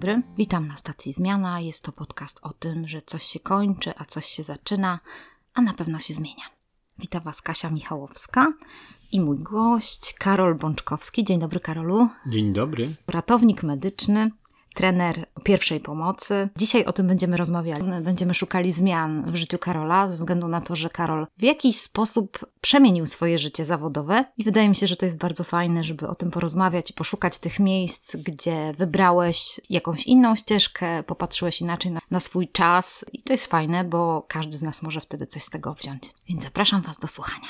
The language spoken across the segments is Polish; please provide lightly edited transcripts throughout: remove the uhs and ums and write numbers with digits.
dobry, witam na stacji Zmiana. Jest to podcast o tym, że coś się kończy, a coś się zaczyna, a na pewno się zmienia. Witam Was Kasia Michałowska i mój gość Karol Bączkowski. Dzień dobry, Karolu. Dzień dobry. Ratownik medyczny, trener pierwszej pomocy. Dzisiaj o tym będziemy rozmawiali. Będziemy szukali zmian w życiu Karola, ze względu na to, że Karol w jakiś sposób przemienił swoje życie zawodowe i wydaje mi się, że to jest bardzo fajne, żeby o tym porozmawiać i poszukać tych miejsc, gdzie wybrałeś jakąś inną ścieżkę, popatrzyłeś inaczej na swój czas i to jest fajne, bo każdy z nas może wtedy coś z tego wziąć. Więc zapraszam Was do słuchania.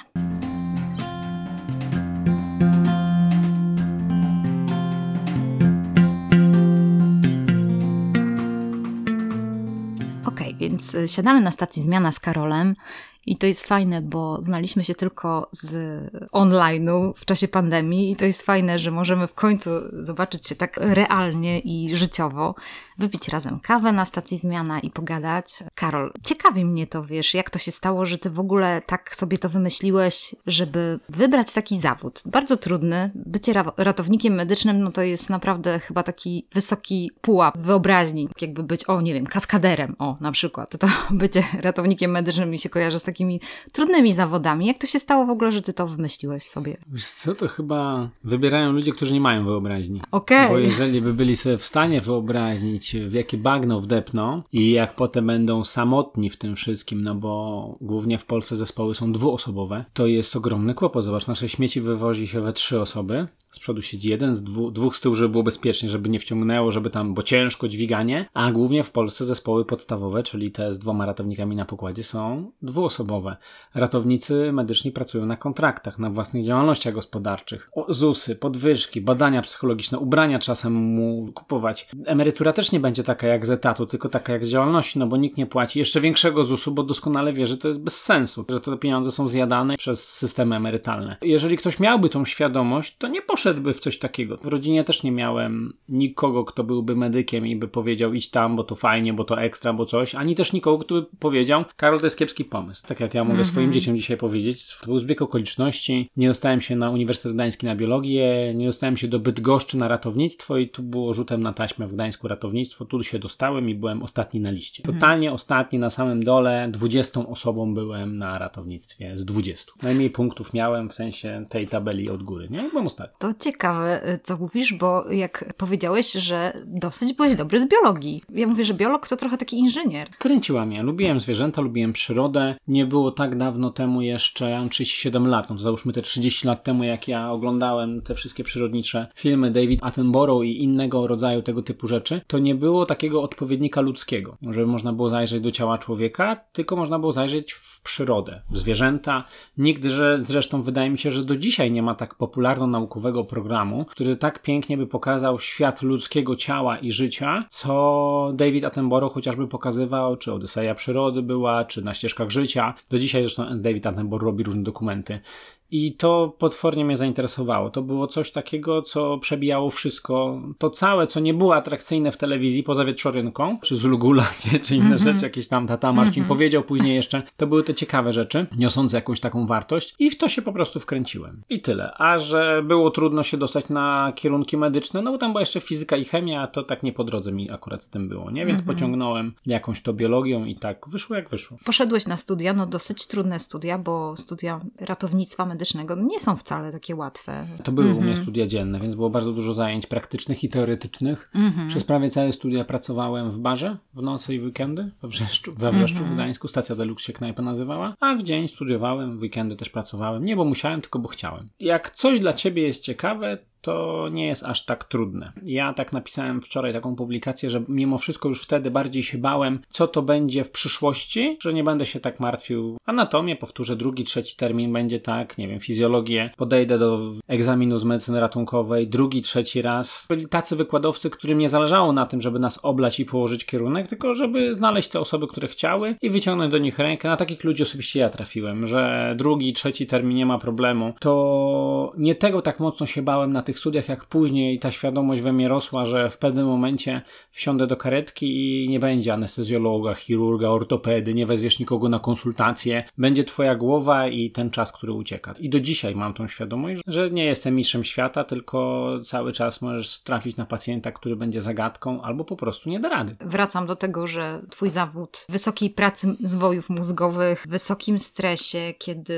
Więc siadamy na stacji Zmiana z Karolem i to jest fajne, bo znaliśmy się tylko z online'u w czasie pandemii i to jest fajne, że możemy w końcu zobaczyć się tak realnie i życiowo, wypić razem kawę na stacji Zmiana i pogadać. Karol, ciekawi mnie to, wiesz, jak to się stało, że ty w ogóle tak sobie to wymyśliłeś, żeby wybrać taki zawód. Bardzo trudny. Bycie ratownikiem medycznym, no to jest naprawdę chyba taki wysoki pułap wyobraźni. Jakby być, kaskaderem, na przykład. To bycie ratownikiem medycznym mi się kojarzy z takimi trudnymi zawodami. Jak to się stało w ogóle, że ty to wymyśliłeś sobie? Wiesz co, to chyba wybierają ludzie, którzy nie mają wyobraźni. Okej. Bo jeżeli by byli sobie w stanie wyobrazić, w jakie bagno wdepną i jak potem będą samotni w tym wszystkim, no bo głównie w Polsce zespoły są dwuosobowe, to jest ogromny kłopot. Zobacz, nasze śmieci wywozi się we 3 osoby. Z przodu siedzi jeden, dwóch z tyłu, żeby było bezpiecznie, żeby nie wciągnęło, bo ciężko dźwiganie, a głównie w Polsce zespoły podstawowe, czyli te z 2 ratownikami na pokładzie, są dwuosobowe. Ratownicy medyczni pracują na kontraktach, na własnych działalnościach gospodarczych. ZUS-y, podwyżki, badania psychologiczne, ubrania czasem mu kupować. Emerytura też nie będzie taka jak z etatu, tylko taka jak z działalności, no bo nikt nie płaci jeszcze większego ZUS-u, bo doskonale wie, że to jest bez sensu, że te pieniądze są zjadane przez systemy emerytalne. Jeżeli ktoś miałby tą świadomość, to nie poszedłby w coś takiego. W rodzinie też nie miałem nikogo, kto byłby medykiem i by powiedział idź tam, bo to fajnie, bo to ekstra, bo coś, ani też nikogo, kto by powiedział Karol, to jest kiepski pomysł. Tak jak ja mogę swoim dzieciom dzisiaj powiedzieć, to był zbieg okoliczności, nie dostałem się na Uniwersytet Gdański na biologię, nie dostałem się do Bydgoszczy na ratownictwo i tu było rzutem na taśmę w Gdańsku ratownictwo, tu się dostałem i byłem ostatni na liście. Totalnie ostatni, na samym dole, 20 osobą byłem na ratownictwie z 20. Najmniej punktów miałem w sensie tej tabeli od góry, nie? Byłem ostatni. To ciekawe, co mówisz, bo jak powiedziałeś, że dosyć byłeś dobry z biologii. Ja mówię, że biolog to trochę taki inżynier. Kręciła mnie. Lubiłem zwierzęta, lubiłem przyrodę. Nie było tak dawno temu jeszcze, ja mam 37 lat, no to załóżmy te 30 lat temu, jak ja oglądałem te wszystkie przyrodnicze filmy David Attenborough i innego rodzaju tego typu rzeczy, to nie było takiego odpowiednika ludzkiego, żeby można było zajrzeć do ciała człowieka, tylko można było zajrzeć w przyrodę, w zwierzęta. Nigdy, zresztą wydaje mi się, że do dzisiaj nie ma tak popularno-naukowego programu, który tak pięknie by pokazał świat ludzkiego ciała i życia, co David Attenborough chociażby pokazywał, czy Odyseja Przyrody była, czy Na ścieżkach życia. Do dzisiaj zresztą David Attenborough robi różne dokumenty. I to potwornie mnie zainteresowało. To było coś takiego, co przebijało wszystko. To całe, co nie było atrakcyjne w telewizji, poza Wieczorynką, czy Zulgula, czy inne rzeczy, jakieś tam tata Marcin powiedział później jeszcze. To były te ciekawe rzeczy, niosące jakąś taką wartość i w to się po prostu wkręciłem. I tyle. A że było trudno się dostać na kierunki medyczne, no bo tam była jeszcze fizyka i chemia, to tak nie po drodze mi akurat z tym było, nie? Więc pociągnąłem jakąś to biologią i tak wyszło jak wyszło. Poszedłeś na studia, dosyć trudne studia, bo studia ratownictwa medycznego nie są wcale takie łatwe. To były u mnie studia dzienne, więc było bardzo dużo zajęć praktycznych i teoretycznych. Przez prawie całe studia pracowałem w barze w nocy i w weekendy we Wrzeszczu w Gdańsku. Stacja Deluxe się knajpa nazywała. A w dzień studiowałem, w weekendy też pracowałem. Nie bo musiałem, tylko bo chciałem. Jak coś dla ciebie jest ciekawe, to nie jest aż tak trudne. Ja tak napisałem wczoraj taką publikację, że mimo wszystko już wtedy bardziej się bałem, co to będzie w przyszłości, że nie będę się tak martwił. Anatomię powtórzę, 2., 3. termin będzie tak, nie wiem, fizjologię, podejdę do egzaminu z medycyny ratunkowej, 2., 3. raz. Byli tacy wykładowcy, którym nie zależało na tym, żeby nas oblać i położyć kierunek, tylko żeby znaleźć te osoby, które chciały i wyciągnąć do nich rękę. Na takich ludzi osobiście ja trafiłem, że 2., 3. termin nie ma problemu. To nie tego tak mocno się bałem na tych tych studiach, jak później ta świadomość we mnie rosła, że w pewnym momencie wsiądę do karetki i nie będzie anestezjologa, chirurga, ortopedy, nie wezwiesz nikogo na konsultacje, będzie twoja głowa i ten czas, który ucieka. I do dzisiaj mam tą świadomość, że nie jestem mistrzem świata, tylko cały czas możesz trafić na pacjenta, który będzie zagadką albo po prostu nie da rady. Wracam do tego, że twój zawód wysokiej pracy zwojów mózgowych, wysokim stresie, kiedy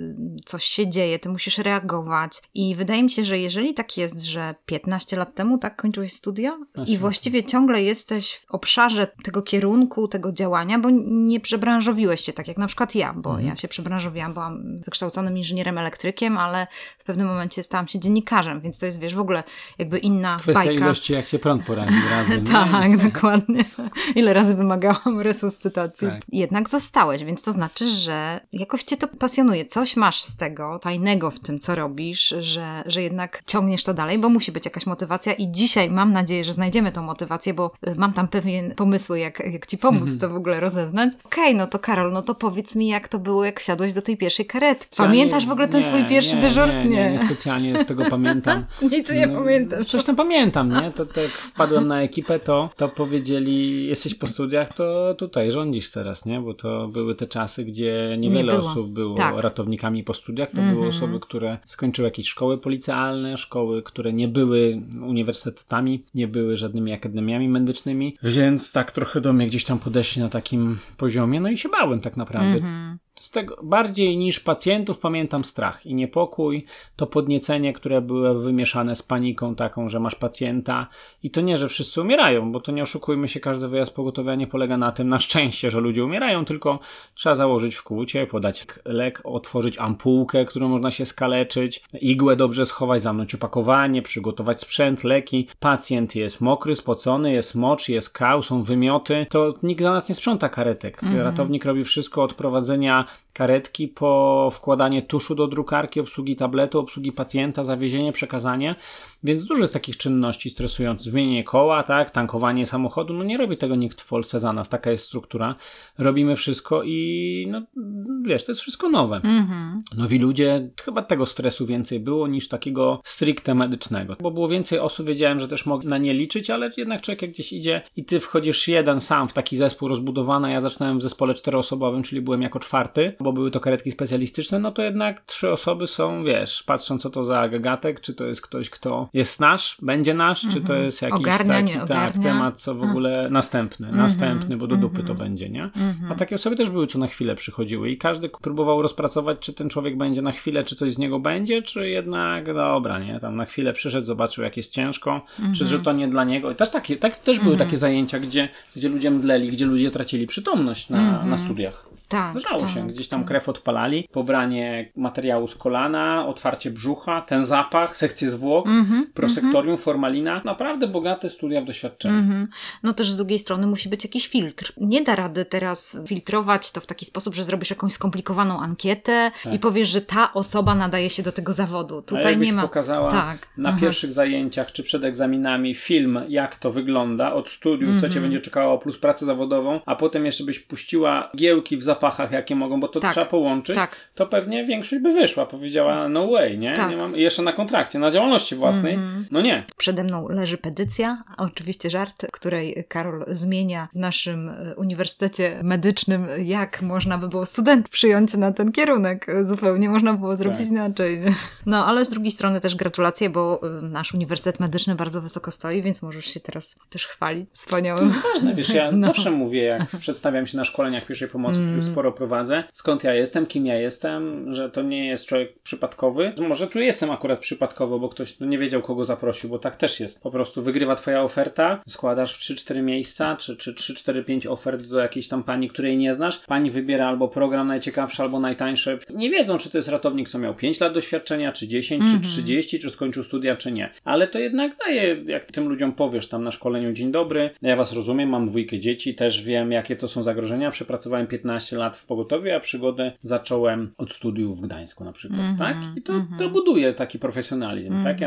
coś się dzieje, ty musisz reagować. I wydaje mi się, że jeżeli tak jest, że 15 lat temu tak kończyłeś studia i właściwie ciągle jesteś w obszarze tego kierunku, tego działania, bo nie przebranżowiłeś się tak jak na przykład ja, bo ja się przebranżowiłam, byłam wykształconym inżynierem elektrykiem, ale w pewnym momencie stałam się dziennikarzem, więc to jest, wiesz, w ogóle jakby inna kwestia bajka. Ilości, jak się prąd porazi razem. Tak, dokładnie. Ile razy wymagałam resuscytacji. Tak. Jednak zostałeś, więc to znaczy, że jakoś cię to pasjonuje. Coś masz z tego fajnego w tym, co robisz, że jednak ciągniesz to dalej, bo musi być jakaś motywacja i dzisiaj mam nadzieję, że znajdziemy tą motywację, bo mam tam pewien pomysły, jak ci pomóc to w ogóle rozeznać. Okej, no to Karol, no to powiedz mi, jak to było, jak wsiadłeś do tej pierwszej karetki. Pamiętasz w ogóle ten swój pierwszy dyżur? Nie specjalnie z tego pamiętam. Nic nie pamiętasz. Coś tam pamiętam, nie? To jak wpadłem na ekipę, to powiedzieli, jesteś po studiach, to tutaj rządzisz teraz, nie? Bo to były te czasy, gdzie niewiele osób było ratownikami po studiach. To były osoby, które skończyły jakieś szkoły policjalne, szkoły, które nie były uniwersytetami, nie były żadnymi akademiami medycznymi, więc tak trochę do mnie gdzieś tam podeszli na takim poziomie, no i się bałem tak naprawdę. Z tego bardziej niż pacjentów pamiętam strach i niepokój, to podniecenie, które było wymieszane z paniką taką, że masz pacjenta i to nie, że wszyscy umierają, bo to nie oszukujmy się, każdy wyjazd pogotowia nie polega na tym, na szczęście, że ludzie umierają, tylko trzeba założyć w kłucie, podać lek, otworzyć ampułkę, którą można się skaleczyć, igłę dobrze schować, zamknąć opakowanie, przygotować sprzęt, leki. Pacjent jest mokry, spocony, jest mocz, jest kał, są wymioty, to nikt za nas nie sprząta karetek. Ratownik robi wszystko od prowadzenia karetki po wkładanie tuszu do drukarki, obsługi tabletu, obsługi pacjenta, zawiezienie, przekazanie. Więc dużo jest takich czynności stresujących. Zmienienie koła, tak, tankowanie samochodu. No nie robi tego nikt w Polsce za nas. Taka jest struktura. Robimy wszystko i no wiesz, to jest wszystko nowe. Nowi ludzie, chyba tego stresu więcej było niż takiego stricte medycznego. Bo było więcej osób, wiedziałem, że też mogę na nie liczyć, ale jednak człowiek jak gdzieś idzie i ty wchodzisz jeden sam w taki zespół rozbudowany. Ja zaczynałem w zespole 4-osobowym, czyli byłem jako 4, bo były to karetki specjalistyczne, no to jednak 3 osoby są, wiesz, patrzą co to za gagatek, czy to jest ktoś, kto jest nasz, będzie nasz, czy to jest jakiś taki temat, co w ogóle następny, bo do dupy to będzie, nie? A takie osoby też były, co na chwilę przychodziły i każdy próbował rozpracować, czy ten człowiek będzie na chwilę, czy coś z niego będzie, czy jednak dobra, nie? Tam na chwilę przyszedł, zobaczył jak jest ciężko, czy że to nie dla niego. I też były takie zajęcia, gdzie ludzie mdleli, gdzie ludzie tracili przytomność na studiach. Tak, Zdarzało się. Gdzieś tam krew odpalali, pobranie materiału z kolana, otwarcie brzucha, ten zapach, sekcje zwłok, prosektorium, formalina. Naprawdę bogate studia w doświadczeniu. No też z drugiej strony musi być jakiś filtr. Nie da rady teraz filtrować to w taki sposób, że zrobisz jakąś skomplikowaną ankietę i powiesz, że ta osoba nadaje się do tego zawodu. Tutaj nie ma. Pokazała na pierwszych zajęciach czy przed egzaminami film, jak to wygląda od studiów, co cię będzie czekało, plus pracę zawodową, a potem jeszcze byś puściła giełki w zapachach, jakie mogą, bo to trzeba połączyć, to pewnie większość by wyszła, powiedziała no way, nie? Nie mam, jeszcze na kontrakcie, na działalności własnej, no nie. Przede mną leży petycja, oczywiście żart, której Karol zmienia w naszym uniwersytecie medycznym, jak można by było student przyjąć na ten kierunek. Zupełnie można było zrobić inaczej. No, ale z drugiej strony też gratulacje, bo nasz uniwersytet medyczny bardzo wysoko stoi, więc możesz się teraz też chwalić wspaniałym. To jest ważne, wiesz, ja zawsze mówię, jak przedstawiam się na szkoleniach pierwszej pomocy, których sporo prowadzę, skąd ja jestem, kim ja jestem, że to nie jest człowiek przypadkowy. Może tu jestem akurat przypadkowo, bo ktoś nie wiedział, kogo zaprosił, bo tak też jest. Po prostu wygrywa twoja oferta, składasz w 3-4 miejsca, czy 3-4-5 ofert do jakiejś tam pani, której nie znasz. Pani wybiera albo program najciekawszy, albo najtańszy. Nie wiedzą, czy to jest ratownik, co miał 5 lat doświadczenia, czy 10, czy 30, czy skończył studia, czy nie. Ale to jednak daje, jak tym ludziom powiesz tam na szkoleniu, dzień dobry, ja was rozumiem, mam 2 dzieci, też wiem, jakie to są zagrożenia. Przepracowałem 15 lat w pogotowiu, a przygodę zacząłem od studiów w Gdańsku na przykład, tak? I to buduje taki profesjonalizm, tak? Ja na to mówię,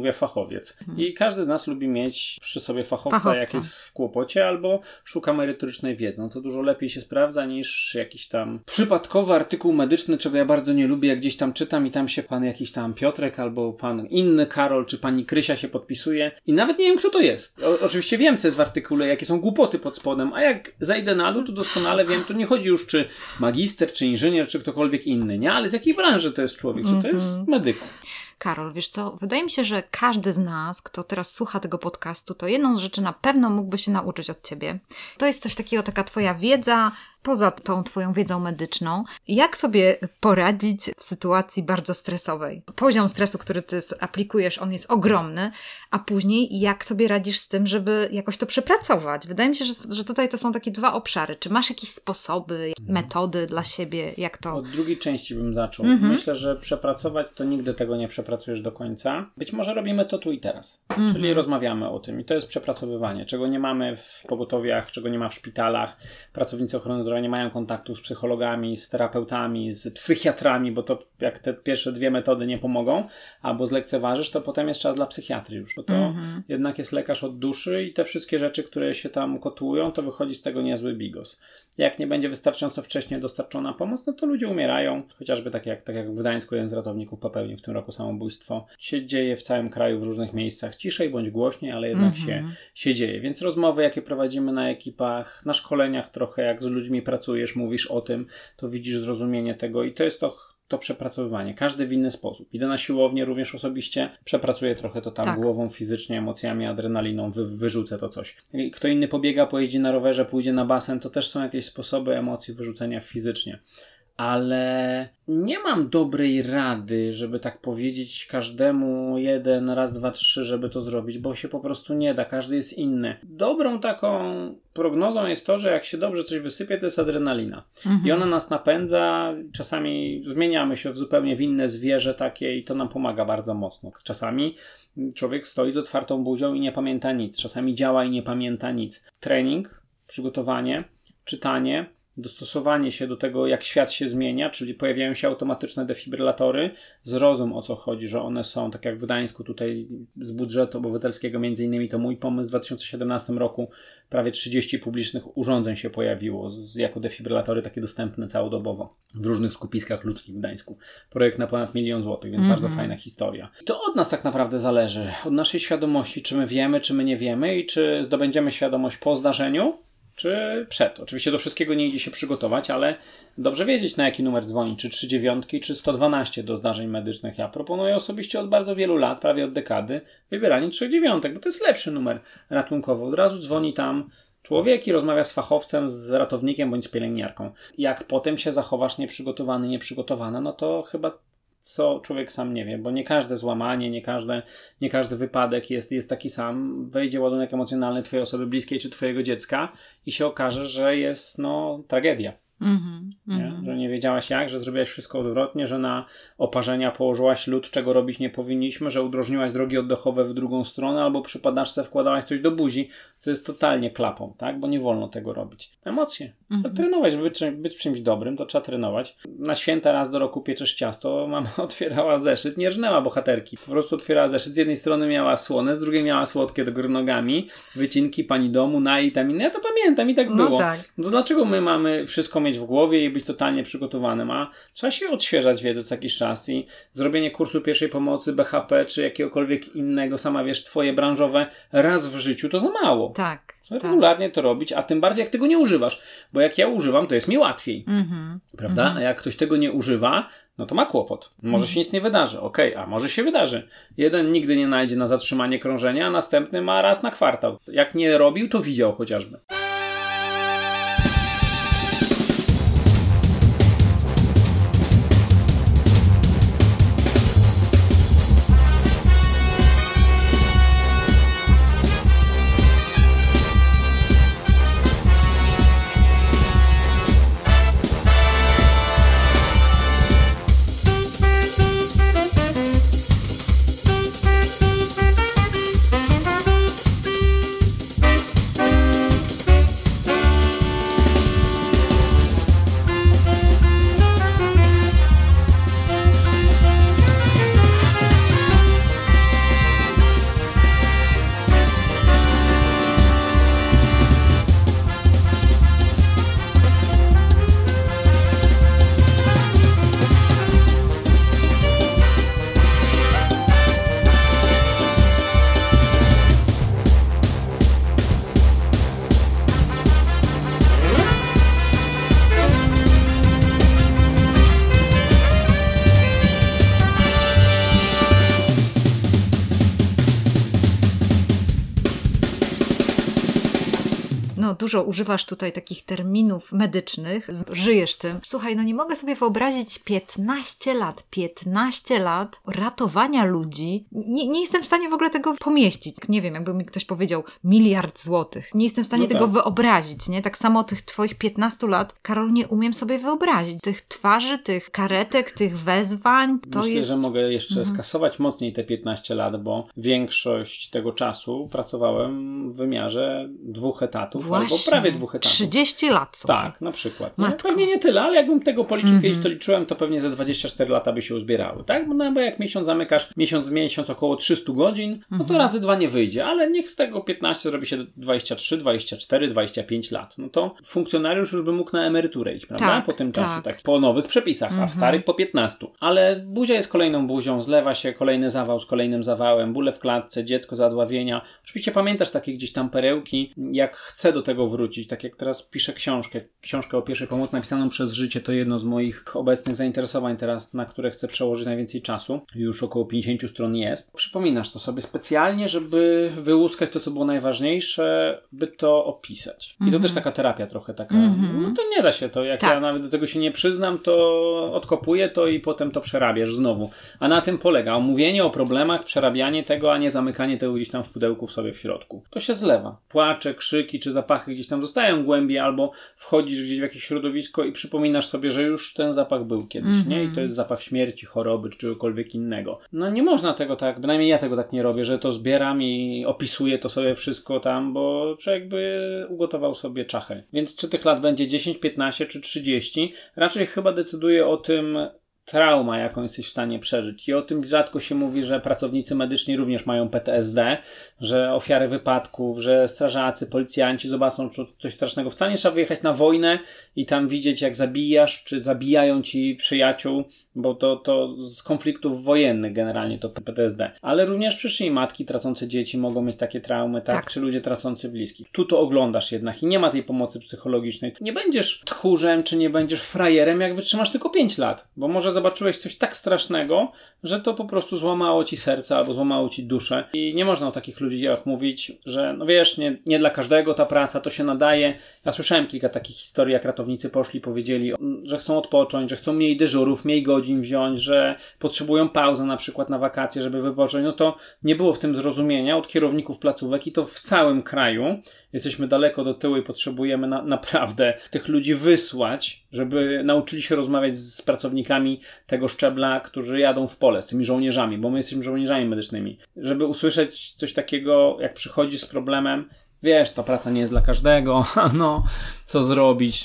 mówię fachowiec. I każdy z nas lubi mieć przy sobie fachowca, jak jest w kłopocie, albo szuka merytorycznej wiedzy. No to dużo lepiej się sprawdza niż jakiś tam przypadkowy artykuł medyczny, czego ja bardzo nie lubię, jak gdzieś tam czytam i tam się pan jakiś tam Piotrek albo pan inny Karol czy pani Krysia się podpisuje i nawet nie wiem, kto to jest. Oczywiście wiem, co jest w artykule, jakie są głupoty pod spodem, a jak zajdę na dół, to doskonale wiem, to nie chodzi już czy magister, czy inżynier, czy ktokolwiek inny, nie? Ale z jakiej branży to jest człowiek? Czy to jest medyk? Karol, wiesz co, wydaje mi się, że każdy z nas, kto teraz słucha tego podcastu, to jedną z rzeczy na pewno mógłby się nauczyć od ciebie. To jest coś takiego, taka twoja wiedza, poza tą twoją wiedzą medyczną. Jak sobie poradzić w sytuacji bardzo stresowej? Poziom stresu, który ty aplikujesz, on jest ogromny, a później jak sobie radzisz z tym, żeby jakoś to przepracować? Wydaje mi się, że tutaj to są takie dwa obszary. Czy masz jakieś sposoby, metody dla siebie, jak to... Od drugiej części bym zaczął. Myślę, że przepracować to nigdy tego nie przepracujesz do końca. Być może robimy to tu i teraz. Czyli rozmawiamy o tym i to jest przepracowywanie. Czego nie mamy w pogotowiach, czego nie ma w szpitalach. Pracownicy ochrony zdrowia nie mają kontaktu z psychologami, z terapeutami, z psychiatrami, bo to jak te pierwsze dwie metody nie pomogą, albo zlekceważysz, to potem jest czas dla psychiatry już. Bo to jednak jest lekarz od duszy i te wszystkie rzeczy, które się tam kotłują, to wychodzi z tego niezły bigos. Jak nie będzie wystarczająco wcześnie dostarczona pomoc, no to ludzie umierają. Chociażby tak jak w Gdańsku jeden z ratowników popełnił w tym roku samobójstwo. Się dzieje w całym kraju w różnych miejscach. Ciszej bądź głośniej, ale jednak się dzieje. Więc rozmowy, jakie prowadzimy na ekipach, na szkoleniach trochę, jak z ludźmi pracujesz, mówisz o tym, to widzisz zrozumienie tego i to jest to przepracowywanie. Każdy w inny sposób. Idę na siłownię również osobiście, przepracuję trochę to tam głową, fizycznie, emocjami, adrenaliną, wyrzucę to coś. Kto inny pobiega, pojeździ na rowerze, pójdzie na basen, to też są jakieś sposoby emocji wyrzucenia fizycznie. Ale nie mam dobrej rady, żeby tak powiedzieć każdemu jeden, raz, dwa, trzy, żeby to zrobić, bo się po prostu nie da. Każdy jest inny. Dobrą taką prognozą jest to, że jak się dobrze coś wysypie, to jest adrenalina. I ona nas napędza. Czasami zmieniamy się zupełnie w inne zwierzę takie i to nam pomaga bardzo mocno. Czasami człowiek stoi z otwartą buzią i nie pamięta nic. Czasami działa i nie pamięta nic. Trening, przygotowanie, czytanie, dostosowanie się do tego, jak świat się zmienia, czyli pojawiają się automatyczne defibrylatory, zrozum, o co chodzi, że one są, tak jak w Gdańsku tutaj z budżetu obywatelskiego, między innymi to mój pomysł, w 2017 roku prawie 30 publicznych urządzeń się pojawiło jako defibrylatory takie dostępne całodobowo w różnych skupiskach ludzkich w Gdańsku. Projekt na ponad 1 000 000 złotych, więc bardzo fajna historia. I to od nas tak naprawdę zależy, od naszej świadomości, czy my wiemy, czy my nie wiemy i czy zdobędziemy świadomość po zdarzeniu, czy przed. Oczywiście do wszystkiego nie idzie się przygotować, ale dobrze wiedzieć, na jaki numer dzwonić, czy 39, czy 112 do zdarzeń medycznych. Ja proponuję osobiście od bardzo wielu lat, prawie od dekady, wybieranie 39, bo to jest lepszy numer ratunkowy. Od razu dzwoni tam człowiek i rozmawia z fachowcem, z ratownikiem bądź z pielęgniarką. Jak potem się zachowasz nieprzygotowany, nieprzygotowana, no to chyba co człowiek sam nie wie, bo nie każde złamanie, nie każdy wypadek jest taki sam. Wejdzie ładunek emocjonalny twojej osoby bliskiej czy twojego dziecka i się okaże, że jest tragedia. Że nie wiedziałaś jak, że zrobiłaś wszystko odwrotnie, że na oparzenia położyłaś lód, czego robić nie powinniśmy, że udrożniłaś drogi oddechowe w drugą stronę albo przy padaczce wkładałaś coś do buzi, co jest totalnie klapą, tak? Bo nie wolno tego robić. Emocje. Trzeba trenować, żeby być czymś dobrym, to trzeba trenować. Na święta raz do roku pieczesz ciasto, mama otwierała zeszyt, nie rżnęła bohaterki. Po prostu otwierała zeszyt, z jednej strony miała słone, z drugiej miała słodkie do góry nogami, wycinki pani domu, i tam inne. Ja to pamiętam i tak było. Tak. No to dlaczego my mamy wszystko mieć w głowie i być totalnie przygotowanym, a trzeba się odświeżać wiedzę co jakiś czas i zrobienie kursu pierwszej pomocy, BHP czy jakiegokolwiek innego, sama wiesz, twoje branżowe raz w życiu to za mało. Tak. Regularnie to robić, a tym bardziej jak tego nie używasz, bo jak ja używam, to jest mi łatwiej. Prawda? A jak ktoś tego nie używa, no to ma kłopot. Może się nic nie wydarzy. A może się wydarzy. Jeden nigdy nie najdzie na zatrzymanie krążenia, a następny ma raz na kwartał. Jak nie robił, to widział chociażby. No dużo używasz tutaj takich terminów medycznych, żyjesz tym. Słuchaj, no nie mogę sobie wyobrazić 15 lat ratowania ludzi. Nie jestem w stanie w ogóle tego pomieścić. Nie wiem, jakby mi ktoś powiedział 1 miliard złotych. Nie jestem w stanie tego wyobrazić, nie? Tak samo tych twoich 15 lat, Karol, nie umiem sobie wyobrazić. Tych twarzy, tych karetek, tych wezwań, to Myślę, jest... że mogę jeszcze skasować mocniej te 15 lat, bo większość tego czasu pracowałem w wymiarze 2 etatów, Właśnie. albo prawie 2 etatów. 30 lat są. Tak, na przykład. Pewnie nie tyle, ale jakbym tego policzył kiedyś, to liczyłem, to pewnie ze 24 lata by się uzbierały, tak? No bo jak miesiąc zamykasz, miesiąc około 300 godzin, no to razy 2 nie wyjdzie, ale niech z tego 15 zrobi się 23, 24, 25 lat. No to funkcjonariusz już by mógł na emeryturę iść, prawda? Tak, po tym czasie, tak. tak. Po nowych przepisach, a w starych po 15. Ale buzia jest kolejną buzią, zlewa się kolejny zawał z kolejnym zawałem, bóle w klatce, dziecko zadławienia. Oczywiście pamiętasz takie gdzieś tam perełki, jak chcę do tego wrócić, tak jak teraz piszę książkę o pierwszej pomocy napisaną przez życie, to jedno z moich obecnych zainteresowań teraz, na które chcę przełożyć najwięcej czasu. Już około 50 stron jest. Przypominasz to sobie specjalnie, żeby wyłuskać to, co było najważniejsze, by to opisać. I to też taka terapia trochę taka. No to nie da się to, jak ja nawet do tego się nie przyznam, to odkopuję to i potem to przerabiasz znowu. A na tym polega omówienie o problemach, przerabianie tego, a nie zamykanie tego gdzieś tam w pudełku w sobie w środku. To się zlewa. Płacze, krzyki czy zapachy gdzieś tam zostają głębiej, albo wchodzisz gdzieś w jakieś środowisko i przypominasz sobie, że już ten zapach był kiedyś, nie? I to jest zapach śmierci, choroby czy czegokolwiek innego. No nie można tego tak, bynajmniej ja tego tak nie robię, że to zbieram i opisuję to sobie wszystko tam, bo człowiek by ugotował sobie czachę. Więc czy tych lat będzie 10, 15 czy 30, raczej chyba decyduje o tym trauma, jaką jesteś w stanie przeżyć. I o tym rzadko się mówi, że pracownicy medyczni również mają PTSD, że ofiary wypadków, że strażacy, policjanci zobaczą coś strasznego. Wcale nie trzeba wyjechać na wojnę i tam widzieć, jak zabijasz, czy zabijają ci przyjaciół, bo to z konfliktów wojennych generalnie to PTSD. Ale również przyszłe matki tracące dzieci mogą mieć takie traumy, tak? Czy ludzie tracący bliskich. Tu to oglądasz jednak i nie ma tej pomocy psychologicznej. Nie będziesz tchórzem, czy nie będziesz frajerem, jak wytrzymasz tylko 5 lat, bo może zobaczyłeś coś tak strasznego, że to po prostu złamało ci serce albo złamało ci duszę. I nie można o takich ludziach mówić, że no wiesz, nie dla każdego ta praca, to się nadaje. Ja słyszałem kilka takich historii, jak ratownicy poszli, powiedzieli, że chcą odpocząć, że chcą mniej dyżurów, mniej godzin wziąć, że potrzebują pauzę na przykład na wakacje, żeby wypocząć. No to nie było w tym zrozumienia od kierowników placówek i to w całym kraju. Jesteśmy daleko do tyłu i potrzebujemy naprawdę tych ludzi wysłać, żeby nauczyli się rozmawiać z pracownikami tego szczebla, którzy jadą w pole, z tymi żołnierzami, bo my jesteśmy żołnierzami medycznymi. Żeby usłyszeć coś takiego, jak przychodzi z problemem, wiesz, ta praca nie jest dla każdego, no, co zrobić,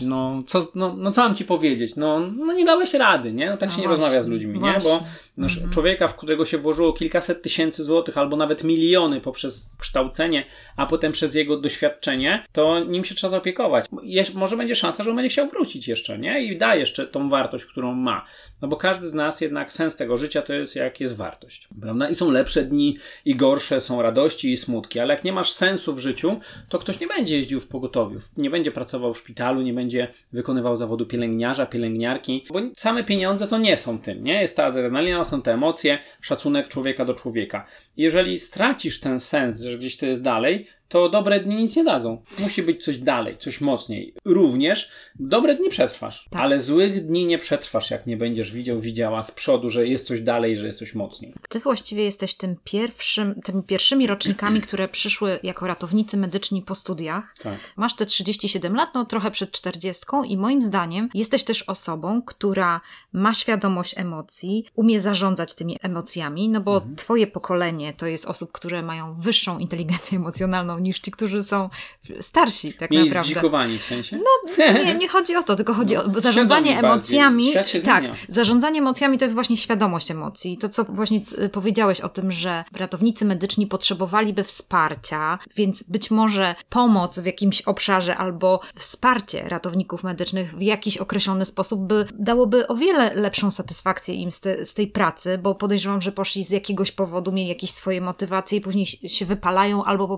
co mam ci powiedzieć, no nie dałeś rady, nie? No tak się nie rozmawia z ludźmi, nie? Bo człowieka, w którego się włożyło kilkaset tysięcy złotych albo nawet miliony poprzez kształcenie, a potem przez jego doświadczenie, to nim się trzeba zaopiekować. Może będzie szansa, że on będzie chciał wrócić jeszcze, nie? I da jeszcze tą wartość, którą ma. No bo każdy z nas jednak sens tego życia to jest, jak jest wartość, prawda? I są lepsze dni i gorsze, są radości i smutki, ale jak nie masz sensu w życiu, to ktoś nie będzie jeździł w pogotowiu, nie będzie pracował w szpitalu, nie będzie wykonywał zawodu pielęgniarza, pielęgniarki, bo same pieniądze to nie są tym, nie? Jest ta adrenalina, są te emocje, szacunek człowieka do człowieka. Jeżeli stracisz ten sens, że gdzieś to jest dalej, to dobre dni nic nie dadzą. Musi być coś dalej, coś mocniej. Również dobre dni przetrwasz, ale złych dni nie przetrwasz, jak nie będziesz widziała z przodu, że jest coś dalej, że jest coś mocniej. Ty właściwie jesteś tymi pierwszymi rocznikami, które przyszły jako ratownicy medyczni po studiach. Tak. Masz te 37 lat, no trochę przed 40 i moim zdaniem jesteś też osobą, która ma świadomość emocji, umie zarządzać tymi emocjami, no bo twoje pokolenie to jest osób, które mają wyższą inteligencję emocjonalną niż ci, którzy są starsi, tak Mieli naprawdę. zdzikowani w sensie? No nie chodzi o to, tylko chodzi o zarządzanie emocjami. Świat się tak, zmienia. zarządzanie emocjami to jest właśnie świadomość emocji. To, co właśnie powiedziałeś o tym, że ratownicy medyczni potrzebowaliby wsparcia, więc być może pomoc w jakimś obszarze albo wsparcie ratowników medycznych w jakiś określony sposób dałoby o wiele lepszą satysfakcję im z tej pracy, bo podejrzewam, że poszli z jakiegoś powodu, mieli jakieś swoje motywacje i później się wypalają albo po prostu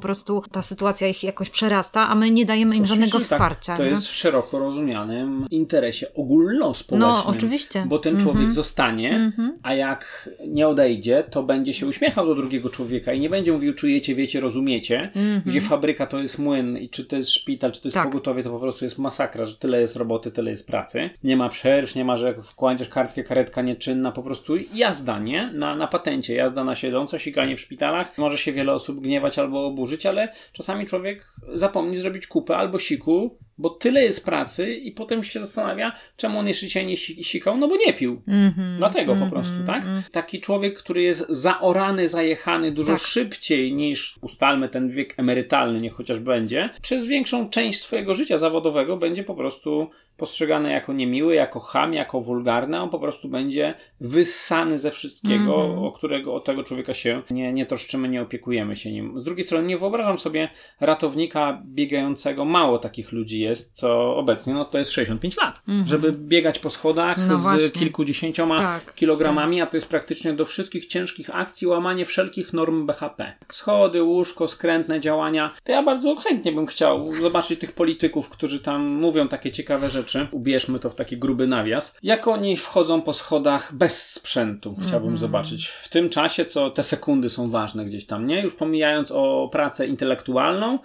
ta sytuacja ich jakoś przerasta, a my nie dajemy im żadnego wsparcia. Tak, to jest w szeroko rozumianym interesie ogólnospołecznym. No, oczywiście. Bo ten człowiek zostanie, a jak nie odejdzie, to będzie się uśmiechał do drugiego człowieka i nie będzie mówił, czujecie, wiecie, rozumiecie, gdzie fabryka to jest młyn i czy to jest szpital, czy to jest pogotowie, to po prostu jest masakra, że tyle jest roboty, tyle jest pracy. Nie ma przerw, nie ma, że jak wkładziesz kartkę, karetka nieczynna, po prostu jazda, nie? Na patencie, jazda na siedząco, sikanie w szpitalach. Może się wiele osób gniewać albo oburzyć, ale czasami człowiek zapomni zrobić kupę albo siku, bo tyle jest pracy i potem się zastanawia, czemu on jeszcze dzisiaj nie sikał, no bo nie pił. Dlatego po prostu, tak? Taki człowiek, który jest zaorany, zajechany dużo szybciej niż, ustalmy ten wiek emerytalny, niech chociaż będzie, przez większą część swojego życia zawodowego będzie po prostu postrzegany jako niemiły, jako cham, jako wulgarny, on po prostu będzie wyssany ze wszystkiego, o tego człowieka się nie troszczymy, nie opiekujemy się nim. Z drugiej strony nie wyobrażam sobie ratownika biegającego, mało takich ludzi jest, co obecnie, no to jest 65 lat. Żeby biegać po schodach z kilkudziesięcioma kilogramami, a to jest praktycznie do wszystkich ciężkich akcji łamanie wszelkich norm BHP. Schody, łóżko, skrętne działania. To ja bardzo chętnie bym chciał zobaczyć tych polityków, którzy tam mówią takie ciekawe rzeczy. Ubierzmy to w taki gruby nawias. Jak oni wchodzą po schodach bez sprzętu, chciałbym zobaczyć. W tym czasie, co te sekundy są ważne gdzieś tam, nie? Już pomijając o pracę intelektualną,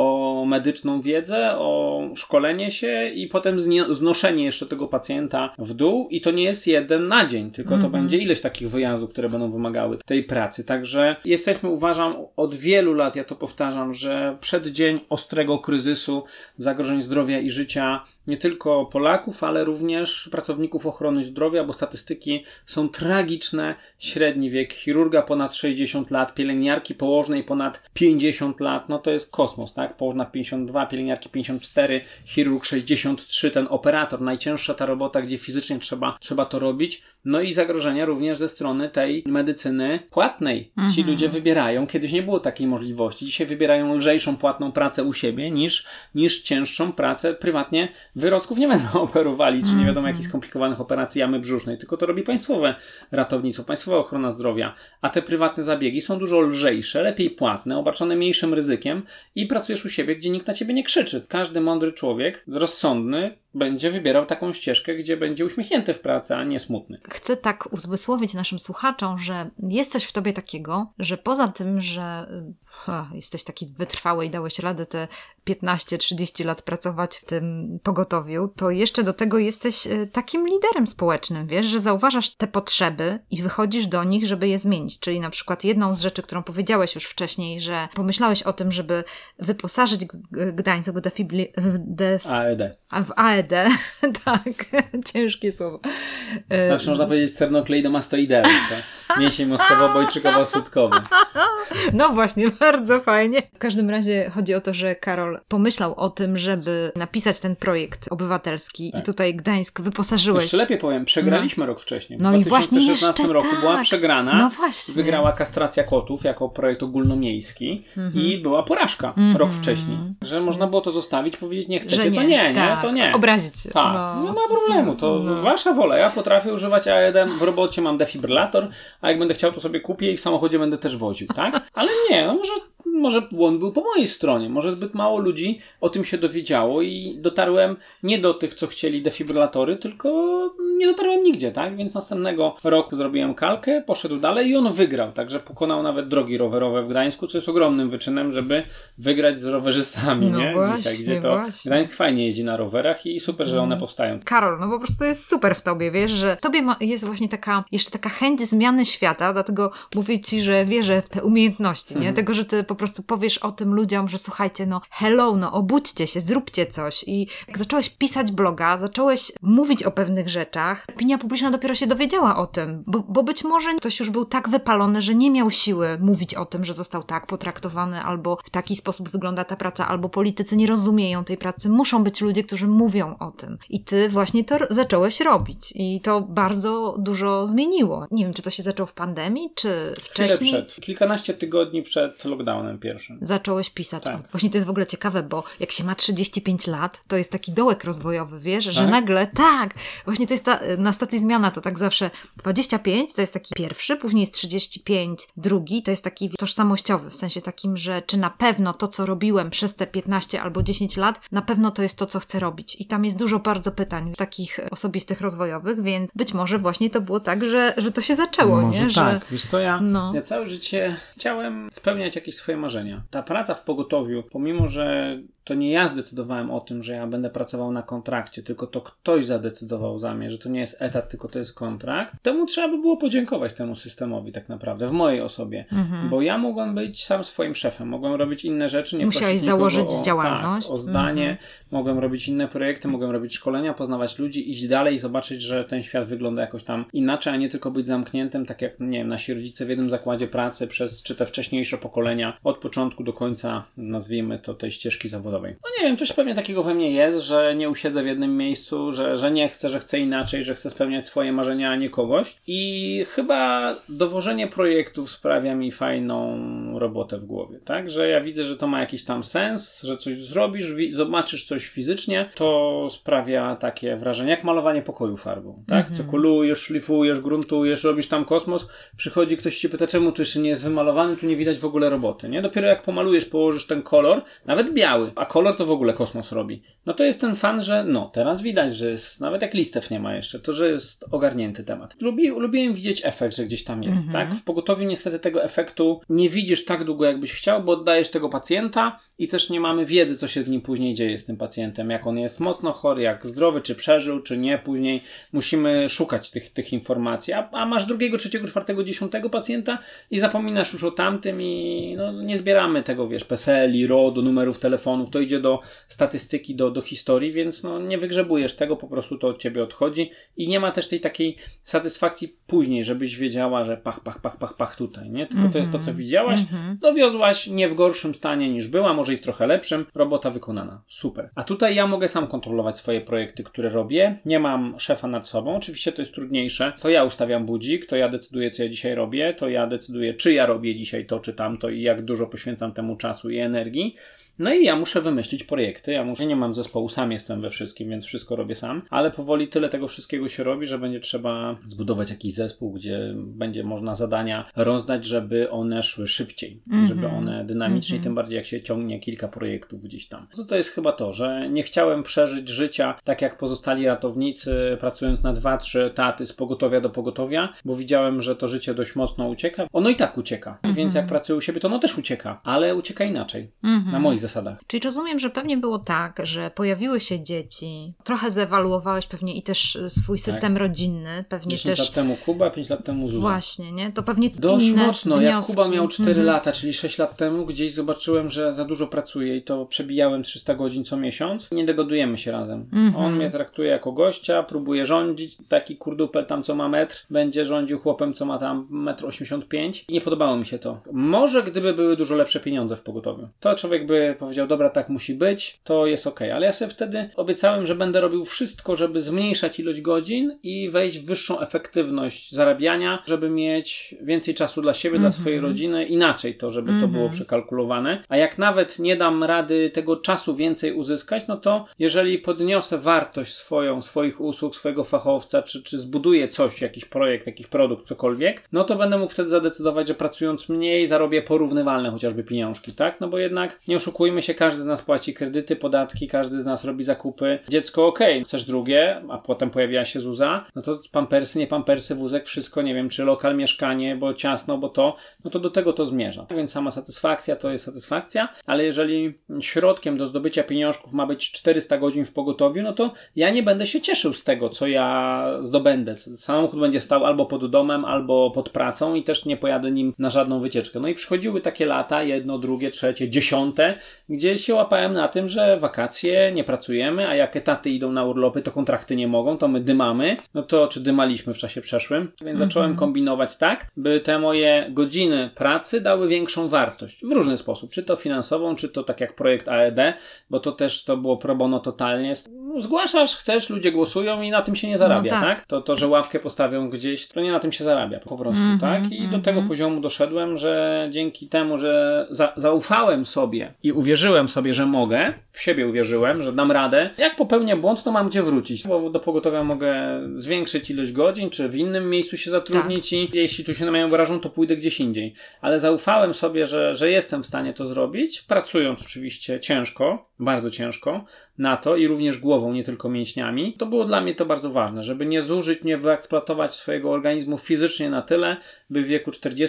o medyczną wiedzę, o szkolenie się i potem znoszenie jeszcze tego pacjenta w dół i to nie jest jeden na dzień, tylko to będzie ileś takich wyjazdów, które będą wymagały tej pracy. Także jesteśmy, uważam, od wielu lat, ja to powtarzam, że przeddzień ostrego kryzysu, zagrożeń zdrowia i życia nie tylko Polaków, ale również pracowników ochrony zdrowia, bo statystyki są tragiczne. Średni wiek chirurga ponad 60 lat, pielęgniarki położnej ponad 50 lat, no to jest kosmos, tak? Położna 52, pielęgniarki 54, chirurg 63, ten operator, najcięższa ta robota, gdzie fizycznie trzeba to robić. No i zagrożenia również ze strony tej medycyny płatnej. Ci ludzie wybierają, kiedyś nie było takiej możliwości, dzisiaj wybierają lżejszą płatną pracę u siebie niż cięższą pracę prywatnie. Wyrostków nie będą operowali, czy nie wiadomo jakich skomplikowanych operacji jamy brzusznej, tylko to robi państwowe ratownictwo, państwowa ochrona zdrowia, a te prywatne zabiegi są dużo lżejsze, lepiej płatne, obarczone mniejszym ryzykiem i pracujesz u siebie, gdzie nikt na ciebie nie krzyczy. Każdy mądry człowiek, rozsądny, będzie wybierał taką ścieżkę, gdzie będzie uśmiechnięty w pracy, a nie smutny. Chcę tak uzmysłowić naszym słuchaczom, że jest coś w tobie takiego, że poza tym, że jesteś taki wytrwały i dałeś radę te 15-30 lat pracować w tym pogotowiu, to jeszcze do tego jesteś takim liderem społecznym, wiesz, że zauważasz te potrzeby i wychodzisz do nich, żeby je zmienić. Czyli na przykład jedną z rzeczy, którą powiedziałeś już wcześniej, że pomyślałeś o tym, żeby wyposażyć Gdańsk w AED. Tak, ciężkie słowo. Znaczy można powiedzieć sternokleidomastoideum, tak? Mięsień mostowo-bojczykowo-sutkowy. No właśnie, bardzo fajnie. W każdym razie chodzi o to, że Karol pomyślał o tym, żeby napisać ten projekt obywatelski i tutaj Gdańsk wyposażyłeś. Jeszcze lepiej powiem, przegraliśmy rok wcześniej. No i właśnie w 2016 roku była przegrana. No właśnie. Wygrała kastracja kotów jako projekt ogólnomiejski i była porażka rok wcześniej. Że można było to zostawić, powiedzieć nie chcecie, to nie, to nie. Obrazić się. Tak, nie ma problemu, to wasza wola. Ja potrafię używać AED, w robocie mam defibrylator, a jak będę chciał, to sobie kupię i w samochodzie będę też woził, tak? Ale nie, no może błąd był po mojej stronie, może zbyt mało ludzi o tym się dowiedziało i dotarłem nie do tych, co chcieli defibrylatory, tylko nie dotarłem nigdzie, tak? Więc następnego roku zrobiłem kalkę, poszedł dalej i on wygrał, także pokonał nawet drogi rowerowe w Gdańsku, co jest ogromnym wyczynem, żeby wygrać z rowerzystami, nie? Właśnie, dzisiaj, gdzie to Gdańsk fajnie jeździ na rowerach i super, że one powstają. Karol, no po prostu to jest super w tobie, wiesz, że tobie jest właśnie jeszcze taka chęć zmiany świata, dlatego mówię ci, że wierzę w te umiejętności, nie? Tego, że ty po prostu powiesz o tym ludziom, że słuchajcie, obudźcie się, zróbcie coś i jak zacząłeś pisać bloga, zacząłeś mówić o pewnych rzeczach, opinia publiczna dopiero się dowiedziała o tym, bo być może ktoś już był tak wypalony, że nie miał siły mówić o tym, że został tak potraktowany, albo w taki sposób wygląda ta praca, albo politycy nie rozumieją tej pracy. Muszą być ludzie, którzy mówią o tym. I ty właśnie to zacząłeś robić. I to bardzo dużo zmieniło. Nie wiem, czy to się zaczęło w pandemii, czy wcześniej? Kilkanaście tygodni przed lockdownem pierwszym. Zacząłeś pisać. Tak. Właśnie to jest w ogóle ciekawe, bo jak się ma 35 lat, to jest taki dołek rozwojowy, wiesz, że nagle, właśnie to jest na stacji Zmiana to tak zawsze 25 to jest taki pierwszy, później jest 35 drugi, to jest taki tożsamościowy, w sensie takim, że czy na pewno to, co robiłem przez te 15 albo 10 lat, na pewno to jest to, co chcę robić. I tam jest dużo bardzo pytań takich osobistych, rozwojowych, więc być może właśnie to było tak, że to się zaczęło, może nie? Tak, wiesz co, ja całe życie chciałem spełniać jakieś swoje marzenia. Ta praca w pogotowiu, pomimo, że to nie ja zdecydowałem o tym, że ja będę pracował na kontrakcie, tylko to ktoś zadecydował za mnie, że to nie jest etat, tylko to jest kontrakt. Temu trzeba by było podziękować temu systemowi tak naprawdę, w mojej osobie. Bo ja mogłem być sam swoim szefem, mogłem robić inne rzeczy, nie musiałeś prosić założyć nikogo działalność. O zdanie, mogłem robić inne projekty, mogłem robić szkolenia, poznawać ludzi, iść dalej i zobaczyć, że ten świat wygląda jakoś tam inaczej, a nie tylko być zamkniętym, tak jak, nie wiem, nasi rodzice w jednym zakładzie pracy czy te wcześniejsze pokolenia, od początku do końca, nazwijmy to, tej ścieżki zawodowej. No nie wiem, coś pewnie takiego we mnie jest, że nie usiedzę w jednym miejscu, że nie chcę, że chcę inaczej, że chcę spełniać swoje marzenia, a nie kogoś. I chyba dowożenie projektów sprawia mi fajną robotę w głowie, tak? Że ja widzę, że to ma jakiś tam sens, że coś zrobisz, zobaczysz coś fizycznie, to sprawia takie wrażenie, jak malowanie pokoju farbą, tak? Cekulujesz, szlifujesz, gruntujesz, robisz tam kosmos, przychodzi ktoś ci pyta, czemu to jeszcze nie jest wymalowany, tu nie widać w ogóle roboty, nie? Dopiero jak pomalujesz, położysz ten kolor, nawet biały, a kolor to w ogóle kosmos robi. No to jest ten fan, że teraz widać, że jest, nawet jak listew nie ma jeszcze, to że jest ogarnięty temat. Lubiłem widzieć efekt, że gdzieś tam jest, tak? W pogotowiu niestety tego efektu nie widzisz tak długo, jakbyś chciał, bo oddajesz tego pacjenta i też nie mamy wiedzy, co się z nim później dzieje z tym pacjentem, jak on jest mocno chory, jak zdrowy, czy przeżył, czy nie. Później musimy szukać tych informacji, a masz drugiego, trzeciego, czwartego, 10 pacjenta i zapominasz już o tamtym i nie zbieramy tego, wiesz, PESEL-i, RODO, numerów telefonów, to idzie do statystyki, do historii, więc nie wygrzebujesz tego, po prostu to od ciebie odchodzi i nie ma też tej takiej satysfakcji później, żebyś wiedziała, że pach tutaj, nie? Tylko to jest to, co widziałaś, dowiozłaś nie w gorszym stanie niż była, może i w trochę lepszym, robota wykonana. Super. A tutaj ja mogę sam kontrolować swoje projekty, które robię, nie mam szefa nad sobą, oczywiście to jest trudniejsze, to ja ustawiam budzik, to ja decyduję, co ja dzisiaj robię, to ja decyduję, czy ja robię dzisiaj to, czy tamto i jak dużo poświęcam temu czasu i energii. No i ja muszę wymyślić projekty, ja nie mam zespołu, sam jestem we wszystkim, więc wszystko robię sam, ale powoli tyle tego wszystkiego się robi, że będzie trzeba zbudować jakiś zespół, gdzie będzie można zadania rozdać, żeby one szły szybciej, żeby one dynamicznie, tym bardziej jak się ciągnie kilka projektów gdzieś tam. To jest chyba to, że nie chciałem przeżyć życia tak jak pozostali ratownicy, pracując na 2-3 etaty z pogotowia do pogotowia, bo widziałem, że to życie dość mocno ucieka. Ono i tak ucieka, więc jak pracuję u siebie, to ono też ucieka, ale ucieka inaczej, na moich zasadach. Czyli rozumiem, że pewnie było tak, że pojawiły się dzieci, trochę zewaluowałeś pewnie i też swój system rodzinny, pewnie 10 też... lat temu Kuba, 5 lat temu Zuza. Właśnie, nie? To pewnie dość inne mocno, wnioski. jak Kuba miał 4 lata, czyli 6 lat temu, gdzieś zobaczyłem, że za dużo pracuję i to przebijałem 300 godzin co miesiąc. Nie dogadujemy się razem. On mnie traktuje jako gościa, próbuje rządzić, taki kurdupel tam co ma metr, będzie rządził chłopem co ma tam 1,85 m. Nie podobało mi się to. Może gdyby były dużo lepsze pieniądze w pogotowiu, to człowiek by powiedział, dobra, tak musi być, to jest okej. Ale ja sobie wtedy obiecałem, że będę robił wszystko, żeby zmniejszać ilość godzin i wejść w wyższą efektywność zarabiania, żeby mieć więcej czasu dla siebie, dla swojej rodziny, inaczej to, żeby to było przekalkulowane. A jak nawet nie dam rady tego czasu więcej uzyskać, no to jeżeli podniosę wartość swoich usług, swojego fachowca, czy zbuduję coś, jakiś projekt, jakiś produkt, cokolwiek, no to będę mógł wtedy zadecydować, że pracując mniej zarobię porównywalne chociażby pieniążki, tak? No bo jednak nie oszukujmy się, każdy z nas płaci kredyty, podatki, każdy z nas robi zakupy. Dziecko okej, chcesz drugie, a potem pojawiła się Zuza, no to pampersy, nie pampersy, wózek, wszystko, nie wiem, czy lokal, mieszkanie, bo ciasno, bo to, no to do tego to zmierza. Tak więc sama satysfakcja to jest satysfakcja, ale jeżeli środkiem do zdobycia pieniążków ma być 400 godzin w pogotowiu, no to ja nie będę się cieszył z tego, co ja zdobędę. Samochód będzie stał albo pod domem, albo pod pracą i też nie pojadę nim na żadną wycieczkę. No i przychodziły takie lata, 1, 2, 3, 10, gdzie się łapałem na tym, że wakacje, nie pracujemy, a jak etaty idą na urlopy, to kontrakty nie mogą, to my dymamy, no to czy dymaliśmy w czasie przeszłym, więc zacząłem kombinować tak, by te moje godziny pracy dały większą wartość w różny sposób, czy to finansową, czy to tak jak projekt AED, bo to też to było pro bono totalnie. zgłaszasz, chcesz, ludzie głosują i na tym się nie zarabia, tak? To, że ławkę postawią gdzieś, to nie na tym się zarabia po prostu, tak? I do tego poziomu doszedłem, że dzięki temu, że zaufałem sobie i uwierzyłem sobie, że mogę, w siebie uwierzyłem, że dam radę. Jak popełnię błąd, to mam gdzie wrócić, bo do pogotowia mogę zwiększyć ilość godzin, czy w innym miejscu się zatrudnić i jeśli tu się na mnie obrażą, to pójdę gdzieś indziej. Ale zaufałem sobie, że jestem w stanie to zrobić, pracując oczywiście ciężko, bardzo ciężko na to i również głową, nie tylko mięśniami. To było dla mnie to bardzo ważne, żeby nie zużyć, nie wyeksploatować swojego organizmu fizycznie na tyle, by w wieku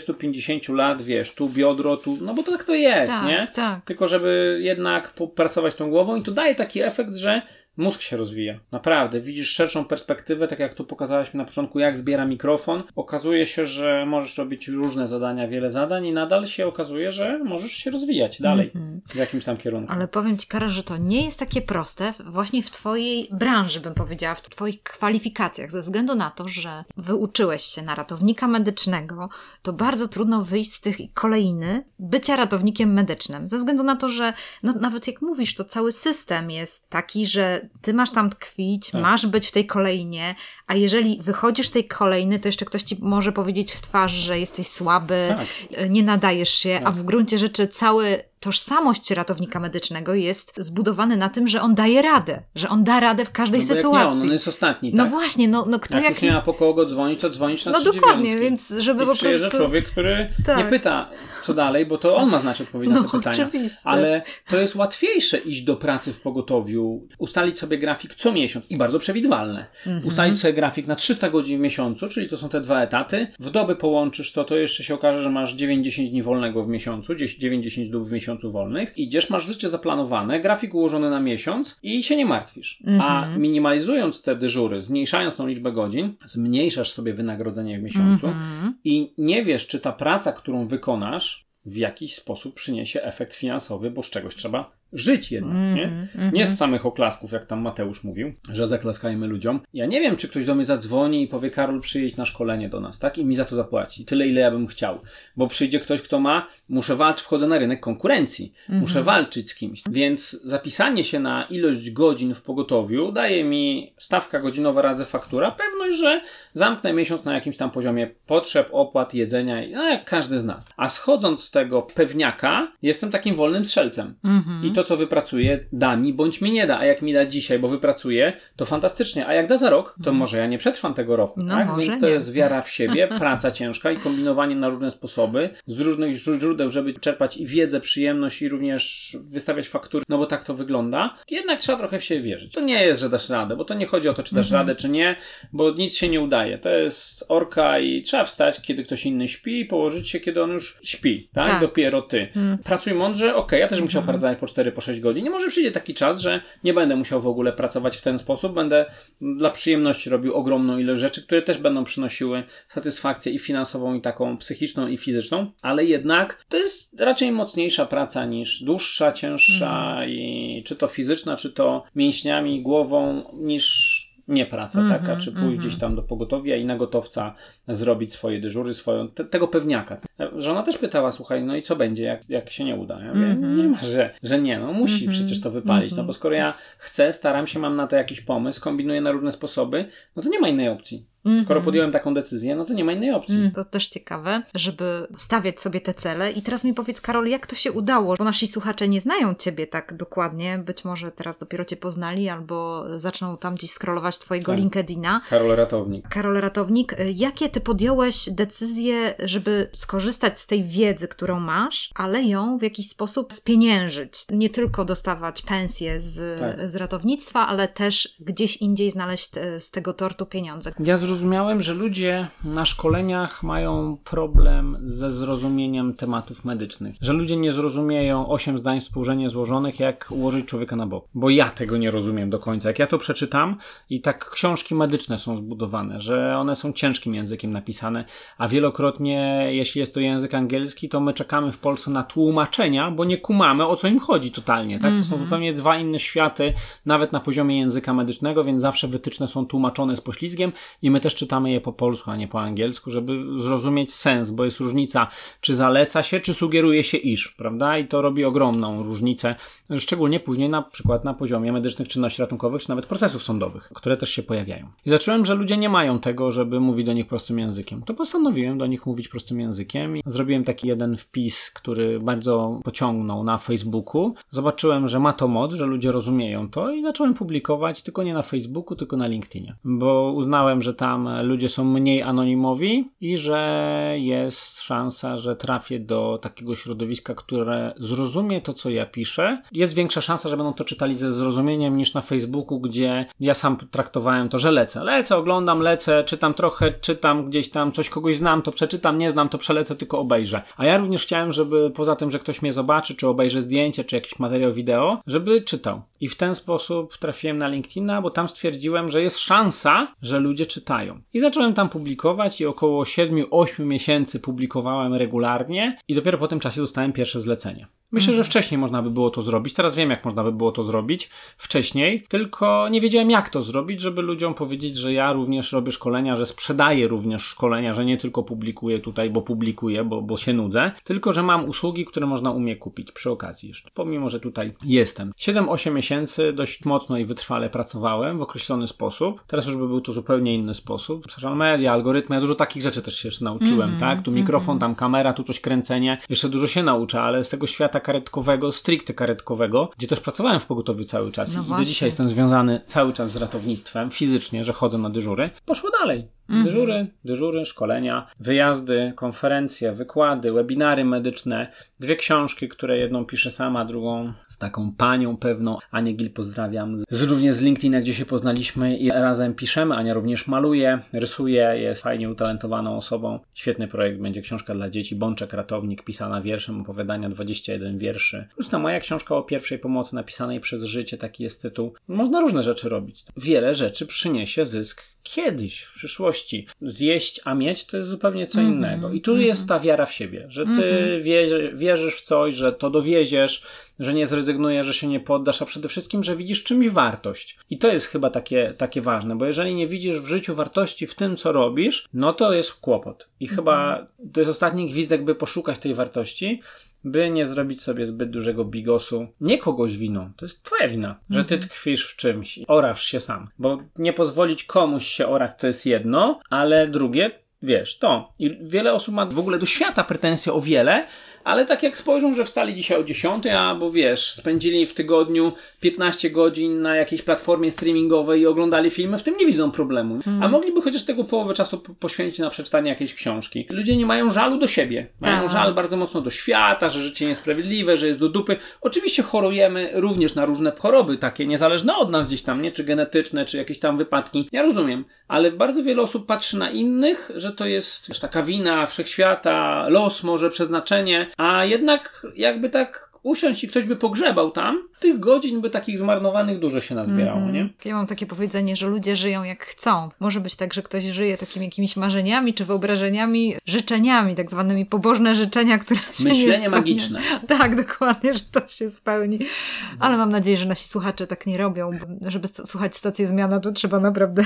40-50 lat, wiesz, tu biodro, tu, no bo to tak to jest, nie? Tak. Tylko żeby jednak popracować tą głową i to daje taki efekt, że mózg się rozwija. Naprawdę. Widzisz szerszą perspektywę, tak jak tu pokazałaś mi na początku, jak zbiera mikrofon. Okazuje się, że możesz robić różne zadania, wiele zadań i nadal się okazuje, że możesz się rozwijać dalej w jakimś tam kierunku. Ale powiem Ci, Karol, że to nie jest takie proste właśnie w Twojej branży, bym powiedziała, w Twoich kwalifikacjach, ze względu na to, że wyuczyłeś się na ratownika medycznego, to bardzo trudno wyjść z tych kolejny bycia ratownikiem medycznym. Ze względu na to, że no, nawet jak mówisz, to cały system jest taki, że ty masz tam tkwić, masz być w tej kolejnie, a jeżeli wychodzisz z tej kolejny, to jeszcze ktoś ci może powiedzieć w twarz, że jesteś słaby, nie nadajesz się, a w gruncie rzeczy tożsamość ratownika medycznego jest zbudowany na tym, że on daje radę, że on da radę w każdej sytuacji. On jest ostatni, tak? No właśnie, kto jak już nie ma po kogo dzwonić, to dzwonisz na 39. No dokładnie, więc żeby po przyjeżdża prostu... człowiek, który nie pyta, co dalej, bo to on ma znać odpowiedź na te pytania. Oczywiście. Ale to jest łatwiejsze iść do pracy w pogotowiu, ustalić sobie grafik co miesiąc i bardzo przewidywalne. Ustalić sobie grafik na 300 godzin w miesiącu, czyli to są te 2 etaty. W doby połączysz to jeszcze się okaże, że masz 9-10 dni wolnego w miesiącu, 9-10 dób w miesiącu wolnych. Idziesz, masz życie zaplanowane, grafik ułożony na miesiąc i się nie martwisz. A minimalizując te dyżury, zmniejszając tą liczbę godzin, zmniejszasz sobie wynagrodzenie w miesiącu i nie wiesz, czy ta praca, którą wykonasz, w jakiś sposób przyniesie efekt finansowy, bo z czegoś trzeba żyć jednak, nie? Nie z samych oklasków, jak tam Mateusz mówił, że zaklaskajmy ludziom. Ja nie wiem, czy ktoś do mnie zadzwoni i powie: Karol, przyjedź na szkolenie do nas, tak? I mi za to zapłaci. Tyle, ile ja bym chciał. Bo przyjdzie ktoś, kto muszę walczyć, wchodzę na rynek konkurencji. Muszę walczyć z kimś. Więc zapisanie się na ilość godzin w pogotowiu daje mi stawka godzinowa razy faktura, pewność, że zamknę miesiąc na jakimś tam poziomie potrzeb, opłat, jedzenia, no jak każdy z nas. A schodząc z tego pewniaka, jestem takim wolnym strzelcem. I to, co wypracuję, da mi, bądź mi nie da. A jak mi da dzisiaj, bo wypracuję, to fantastycznie. A jak da za rok, to może ja nie przetrwam tego roku. No, tak? może Więc to nie. jest wiara w siebie, praca ciężka i kombinowanie na różne sposoby, z różnych źródeł, żeby czerpać i wiedzę, przyjemność i również wystawiać faktury, no bo tak to wygląda. Jednak trzeba trochę w siebie wierzyć. To nie jest, że dasz radę, bo to nie chodzi o to, czy dasz radę, czy nie, bo nic się nie udaje. To jest orka i trzeba wstać, kiedy ktoś inny śpi i położyć się, kiedy on już śpi, tak? Dopiero ty. Pracuj mądrze, ja też bym musiał pracować po 4-6 godzin. Nie może przyjdzie taki czas, że nie będę musiał w ogóle pracować w ten sposób. Będę dla przyjemności robił ogromną ilość rzeczy, które też będą przynosiły satysfakcję i finansową, i taką psychiczną, i fizyczną. Ale jednak to jest raczej mocniejsza praca niż dłuższa, cięższa i czy to fizyczna, czy to mięśniami, głową, niż nie praca taka, czy pójść gdzieś tam do pogotowia i na gotowca zrobić swoje dyżury, tego pewniaka. Żona też pytała: słuchaj, no i co będzie, jak się nie uda? Ja mówię, nie ma, że nie, no musi przecież to wypalić, no bo skoro ja chcę, staram się, mam na to jakiś pomysł, kombinuję na różne sposoby, no to nie ma innej opcji. Skoro podjąłem taką decyzję, no to nie ma innej opcji. To też ciekawe, żeby stawiać sobie te cele. I teraz mi powiedz, Karol, jak to się udało? Bo nasi słuchacze nie znają Ciebie tak dokładnie. Być może teraz dopiero Cię poznali albo zaczną tam gdzieś scrollować Twojego LinkedIna. Karol Ratownik. Jakie Ty podjąłeś decyzje, żeby skorzystać z tej wiedzy, którą masz, ale ją w jakiś sposób spieniężyć? Nie tylko dostawać pensję z ratownictwa, ale też gdzieś indziej znaleźć z tego tortu pieniądze. Ja zrozumiałem, że ludzie na szkoleniach mają problem ze zrozumieniem tematów medycznych. Że ludzie nie zrozumieją 8 zdań współrzędnie złożonych, jak ułożyć człowieka na bok. Bo ja tego nie rozumiem do końca. Jak ja to przeczytam i tak książki medyczne są zbudowane, że one są ciężkim językiem napisane, a wielokrotnie, jeśli jest jest to język angielski, to my czekamy w Polsce na tłumaczenia, bo nie kumamy, o co im chodzi totalnie, tak? To są zupełnie dwa inne światy, nawet na poziomie języka medycznego, więc zawsze wytyczne są tłumaczone z poślizgiem i my też czytamy je po polsku, a nie po angielsku, żeby zrozumieć sens, bo jest różnica, czy zaleca się, czy sugeruje się iż, prawda? I to robi ogromną różnicę, szczególnie później na przykład na poziomie medycznych czynności ratunkowych, czy nawet procesów sądowych, które też się pojawiają. I zacząłem, że ludzie nie mają tego, żeby mówić do nich prostym językiem. To postanowiłem do nich mówić prostym językiem i zrobiłem taki jeden wpis, który bardzo pociągnął na Facebooku. Zobaczyłem, że ma to moc, że ludzie rozumieją to i zacząłem publikować tylko nie na Facebooku, tylko na LinkedInie. Bo uznałem, że tam ludzie są mniej anonimowi i że jest szansa, że trafię do takiego środowiska, które zrozumie to, co ja piszę. Jest większa szansa, że będą to czytali ze zrozumieniem niż na Facebooku, gdzie ja sam traktowałem to, że lecę, oglądam, czytam trochę, czytam gdzieś tam, coś kogoś znam, to przeczytam, nie znam, to przelecę, tylko obejrzę. A ja również chciałem, żeby poza tym, że ktoś mnie zobaczy, czy obejrzy zdjęcie, czy jakiś materiał wideo, żeby czytał. I w ten sposób trafiłem na LinkedIna, bo tam stwierdziłem, że jest szansa, że ludzie czytają. I zacząłem tam publikować i około 7-8 miesięcy publikowałem regularnie i dopiero po tym czasie dostałem pierwsze zlecenie. Myślę, że wcześniej można by było to zrobić. Teraz wiem, jak można by było to zrobić wcześniej, tylko nie wiedziałem, jak to zrobić, żeby ludziom powiedzieć, że ja również robię szkolenia, że sprzedaję również szkolenia, że nie tylko publikuję tutaj, bo publikuję, bo się nudzę, tylko że mam usługi, które można u mnie kupić przy okazji jeszcze, pomimo, że tutaj jestem. 7-8 miesięcy dość mocno i wytrwale pracowałem w określony sposób. Teraz już by był to zupełnie inny sposób. Social media, algorytmy, ja dużo takich rzeczy też się jeszcze nauczyłem, tak? Tu mikrofon, tam kamera, tu coś kręcenie. Jeszcze dużo się nauczę, ale z tego świata karetkowego, stricte karetkowego, gdzie też pracowałem w pogotowiu cały czas i do dzisiaj jestem związany cały czas z ratownictwem, fizycznie, że chodzę na dyżury, poszło dalej. Dyżury, szkolenia, wyjazdy, konferencje, wykłady, webinary medyczne, 2 książki, które jedną piszę sama, drugą z taką panią pewną, Anię Gil pozdrawiam, również z LinkedIna, gdzie się poznaliśmy i razem piszemy. Ania również maluje, rysuje, jest fajnie utalentowaną osobą. Świetny projekt, będzie książka dla dzieci, Bączek Ratownik, pisana wierszem, opowiadania 21 wierszy. Plus ta moja książka o pierwszej pomocy napisanej przez życie, taki jest tytuł. Można różne rzeczy robić. Wiele rzeczy przyniesie zysk kiedyś, w przyszłości. Zjeść, a mieć to jest zupełnie co innego. I tu jest ta wiara w siebie, że ty wierzysz w coś, że to dowieziesz, że nie zrezygnujesz, że się nie poddasz, a przede wszystkim, że widzisz w czymś wartość. I to jest chyba takie ważne, bo jeżeli nie widzisz w życiu wartości w tym, co robisz, no to jest kłopot. I chyba to jest ostatni gwizdek, by poszukać tej wartości, by nie zrobić sobie zbyt dużego bigosu. Nie kogoś winą, to jest twoja wina, że ty tkwisz w czymś, orasz się sam. Bo nie pozwolić komuś się orać to jest jedno, ale drugie, wiesz, to. I wiele osób ma w ogóle do świata pretensje o wiele, ale tak jak spojrzą, że wstali dzisiaj o 10, albo wiesz, spędzili w tygodniu 15 godzin na jakiejś platformie streamingowej i oglądali filmy, w tym nie widzą problemu. A mogliby chociaż tego połowę czasu poświęcić na przeczytanie jakiejś książki. Ludzie nie mają żalu do siebie. Mają żal bardzo mocno do świata, że życie niesprawiedliwe, że jest do dupy. Oczywiście chorujemy również na różne choroby takie, niezależne od nas gdzieś tam, nie? Czy genetyczne, czy jakieś tam wypadki. Ja rozumiem, ale bardzo wiele osób patrzy na innych, że to jest wiesz, taka wina wszechświata, los może, przeznaczenie, a jednak jakby tak usiąść i ktoś by pogrzebał tam, tych godzin by takich zmarnowanych dużo się nazbierało, nie? Ja mam takie powiedzenie, że ludzie żyją jak chcą. Może być tak, że ktoś żyje takimi jakimiś marzeniami, czy wyobrażeniami, życzeniami, tak zwanymi pobożne życzenia, które się Myślenie magiczne. Tak, dokładnie, że to się spełni. Ale mam nadzieję, że nasi słuchacze tak nie robią. Żeby słuchać stacji Zmiana, to trzeba naprawdę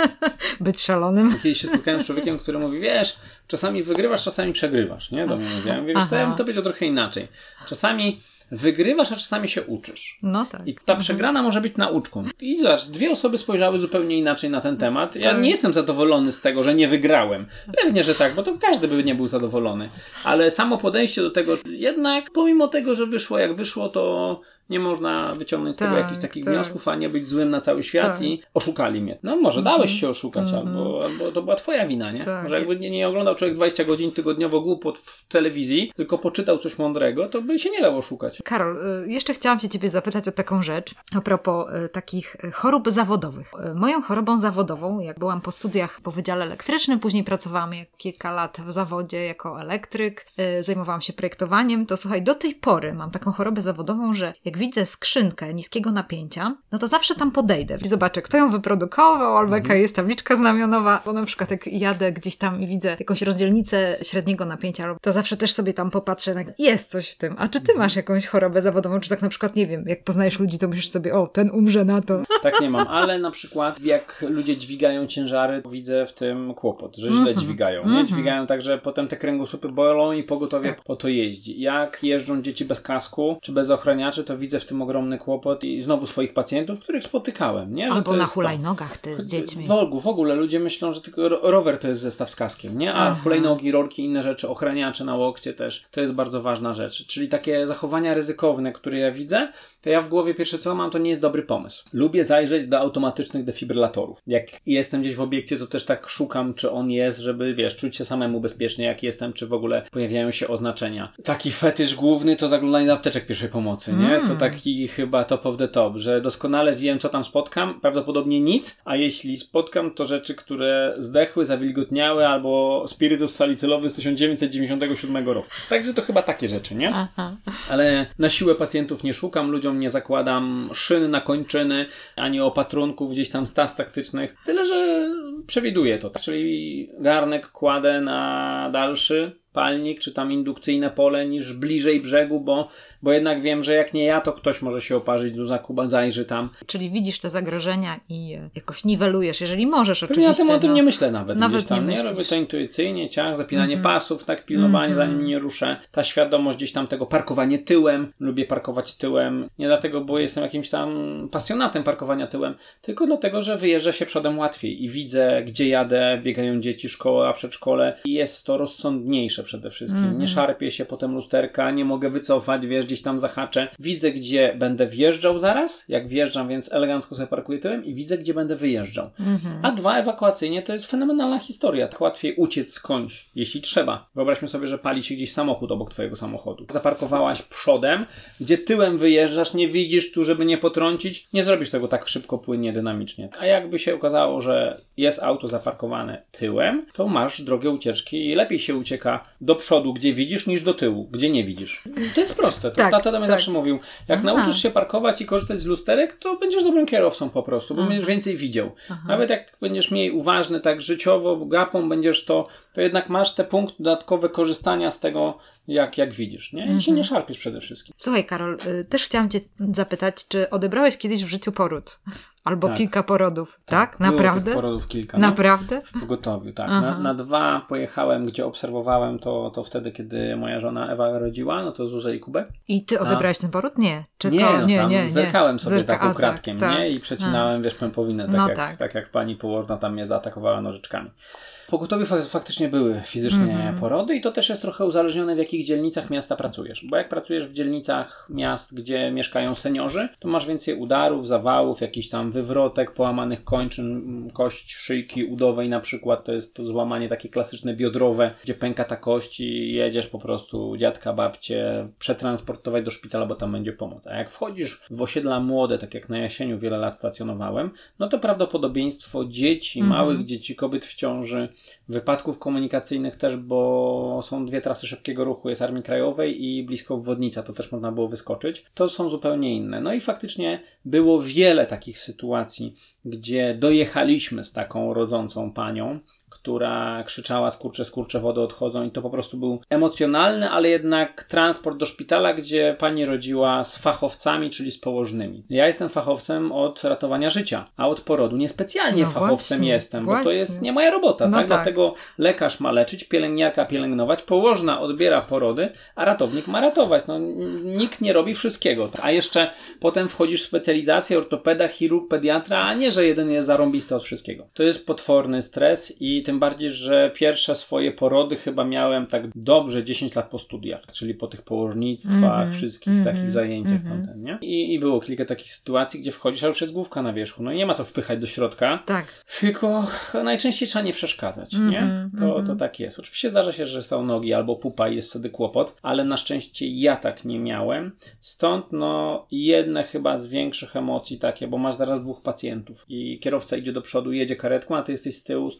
być szalonym. Kiedyś się spotkałem z człowiekiem, który mówi, wiesz, czasami wygrywasz, czasami przegrywasz, nie? Do mnie mówiłem. Wiesz, co ja bym to powiedział trochę inaczej. Czasami wygrywasz, a czasami się uczysz. No tak. I ta przegrana może być nauczką. I zobacz, 2 osoby spojrzały zupełnie inaczej na ten temat. Ja nie jestem zadowolony z tego, że nie wygrałem. Pewnie, że tak, bo to każdy by nie był zadowolony. Ale samo podejście do tego, jednak pomimo tego, że wyszło jak wyszło, to nie można wyciągnąć z tego jakichś takich wniosków, a nie być złym na cały świat i oszukali mnie. No może dałeś się oszukać, albo to była twoja wina, nie? Może jakby nie oglądał człowiek 20 godzin tygodniowo głupot w telewizji, tylko poczytał coś mądrego, to by się nie dało oszukać. Karol, jeszcze chciałam się ciebie zapytać o taką rzecz, a propos takich chorób zawodowych. Moją chorobą zawodową, jak byłam po studiach po Wydziale Elektrycznym, później pracowałam kilka lat w zawodzie jako elektryk, zajmowałam się projektowaniem, to słuchaj, do tej pory mam taką chorobę zawodową, że jak jak widzę skrzynkę niskiego napięcia, no to zawsze tam podejdę i zobaczę, kto ją wyprodukował, albo jaka jest tabliczka znamionowa, bo na przykład jak jadę gdzieś tam i widzę jakąś rozdzielnicę średniego napięcia, to zawsze też sobie tam popatrzę, jest coś w tym. A czy ty masz jakąś chorobę zawodową, czy tak na przykład, nie wiem, jak poznajesz ludzi, to myślisz sobie, o, ten umrze na to. Tak nie mam, ale na przykład jak ludzie dźwigają ciężary, widzę w tym kłopot, że źle dźwigają. Nie dźwigają tak, że potem te kręgosłupy bolą i pogotowie po to jeździ. Jak jeżdżą dzieci bez kasku, czy bez ochraniaczy, to widzę w tym ogromny kłopot i znowu swoich pacjentów, których spotykałem. Nie? Że albo to na jest hulajnogach ty z dziećmi. W ogóle ludzie myślą, że tylko rower to jest zestaw z kaskiem, nie? A hulajnogi, rolki, inne rzeczy, ochraniacze na łokcie też, to jest bardzo ważna rzecz. Czyli takie zachowania ryzykowne, które ja widzę, to ja w głowie pierwsze co mam, to nie jest dobry pomysł. Lubię zajrzeć do automatycznych defibrylatorów. Jak jestem gdzieś w obiekcie, to też tak szukam, czy on jest, żeby, wiesz, czuć się samemu bezpiecznie, jak jestem, czy w ogóle pojawiają się oznaczenia. Taki fetysz główny to zaglądanie do apteczek pierwszej pomocy, nie? To taki chyba top of the top, że doskonale wiem, co tam spotkam, prawdopodobnie nic, a jeśli spotkam, to rzeczy, które zdechły, zawilgotniały, albo spirytus salicylowy z 1997 roku. Także to chyba takie rzeczy, nie? Ale na siłę pacjentów nie szukam, ludziom nie zakładam szyn na kończyny, ani opatrunków gdzieś tam stas taktycznych. Tyle, że przewiduję to. Czyli garnek kładę na dalszy palnik, czy tam indukcyjne pole niż bliżej brzegu, bo jednak wiem, że jak nie ja, to ktoś może się oparzyć, Zuza Kuba zajrzy tam. Czyli widzisz te zagrożenia i jakoś niwelujesz, jeżeli możesz oczywiście. Pewnie Ja o tym nie myślę nawet gdzieś tam. Nie robię to intuicyjnie, zapinanie pasów, tak, pilnowanie zanim nie ruszę. Ta świadomość gdzieś tam tego, parkowanie tyłem. Lubię parkować tyłem. Nie dlatego, bo jestem jakimś tam pasjonatem parkowania tyłem, tylko dlatego, że wyjeżdża się przodem łatwiej i widzę, gdzie jadę, biegają dzieci, szkoła, przedszkole i jest to rozsądniejsze przede wszystkim. Nie szarpię się potem lusterka, nie mogę wycofać, wiesz, gdzieś tam zahaczę. Widzę, gdzie będę wjeżdżał zaraz, jak wjeżdżam, więc elegancko sobie parkuję tyłem i widzę, gdzie będę wyjeżdżał. A dwa, ewakuacyjnie to jest fenomenalna historia. Tak łatwiej uciec skądś, jeśli trzeba. Wyobraźmy sobie, że pali się gdzieś samochód obok twojego samochodu. Zaparkowałaś przodem, gdzie tyłem wyjeżdżasz, nie widzisz tu, żeby nie potrącić, nie zrobisz tego tak szybko, płynnie, dynamicznie. A jakby się okazało, że jest auto zaparkowane tyłem, to masz drogę ucieczki i lepiej się ucieka do przodu, gdzie widzisz, niż do tyłu, gdzie nie widzisz. To jest proste. Tata do mnie zawsze mówił, jak nauczysz się parkować i korzystać z lusterek, to będziesz dobrym kierowcą po prostu, bo będziesz więcej widział. Nawet jak będziesz mniej uważny, tak życiowo, gapą będziesz to jednak masz te punkty dodatkowe korzystania z tego, jak widzisz, nie? I się nie szarpiesz przede wszystkim. Słuchaj, Karol, też chciałam cię zapytać, czy odebrałeś kiedyś w życiu poród? Albo kilka porodów, tak? Naprawdę? Było tych porodów kilka. Naprawdę? W pogotowiu, tak. Na 2 pojechałem, gdzie obserwowałem to wtedy, kiedy moja żona Ewa rodziła, no to Zuzę i Kubę. I ty odebrałeś ten poród? Nie. Nie, zerkałem sobie taką kratkiem, tak. nie? I przecinałem, wiesz, pępowinę, tak jak pani położna tam mnie zaatakowała nożyczkami. W pogotowiu faktycznie były fizycznie porody i to też jest trochę uzależnione, w jakich dzielnicach miasta pracujesz. Bo jak pracujesz w dzielnicach miast, gdzie mieszkają seniorzy, to masz więcej udarów, zawałów, jakichś tam wywrotek, połamanych kończyn, kość szyjki udowej na przykład. To jest to złamanie takie klasyczne biodrowe, gdzie pęka ta kość i jedziesz po prostu dziadka, babcię przetransportować do szpitala, bo tam będzie pomoc. A jak wchodzisz w osiedla młode, tak jak na Jasieniu wiele lat stacjonowałem, no to prawdopodobieństwo dzieci, małych dzieci, kobiet w ciąży, wypadków komunikacyjnych też, bo są 2 trasy szybkiego ruchu, jest Armii Krajowej i blisko obwodnica, to też można było wyskoczyć. To są zupełnie inne. No i faktycznie było wiele takich sytuacji, gdzie dojechaliśmy z taką rodzącą panią, która krzyczała skurcze, wody odchodzą i to po prostu był emocjonalny, ale jednak transport do szpitala, gdzie pani rodziła z fachowcami, czyli z położnymi. Ja jestem fachowcem od ratowania życia, a od porodu niespecjalnie fachowcem jestem, bo to jest nie moja robota, tak? Dlatego lekarz ma leczyć, pielęgniarka pielęgnować, położna odbiera porody, a ratownik ma ratować. No, nikt nie robi wszystkiego. A jeszcze potem wchodzisz w specjalizację, ortopeda, chirurg, pediatra, a nie, że jeden jest zarąbisty od wszystkiego. To jest potworny stres i tym bardziej, że pierwsze swoje porody chyba miałem tak dobrze 10 lat po studiach, czyli po tych położnictwach, wszystkich takich zajęciach tamten, nie? I było kilka takich sytuacji, gdzie wchodzisz, a już jest główka na wierzchu. No i nie ma co wpychać do środka. Tak. Tylko najczęściej trzeba nie przeszkadzać, nie? To tak jest. Oczywiście zdarza się, że są nogi albo pupa i jest wtedy kłopot, ale na szczęście ja tak nie miałem. Stąd jedne chyba z większych emocji takie, bo masz zaraz 2 pacjentów i kierowca idzie do przodu, jedzie karetką, a ty jesteś z tyłu z tą mamą,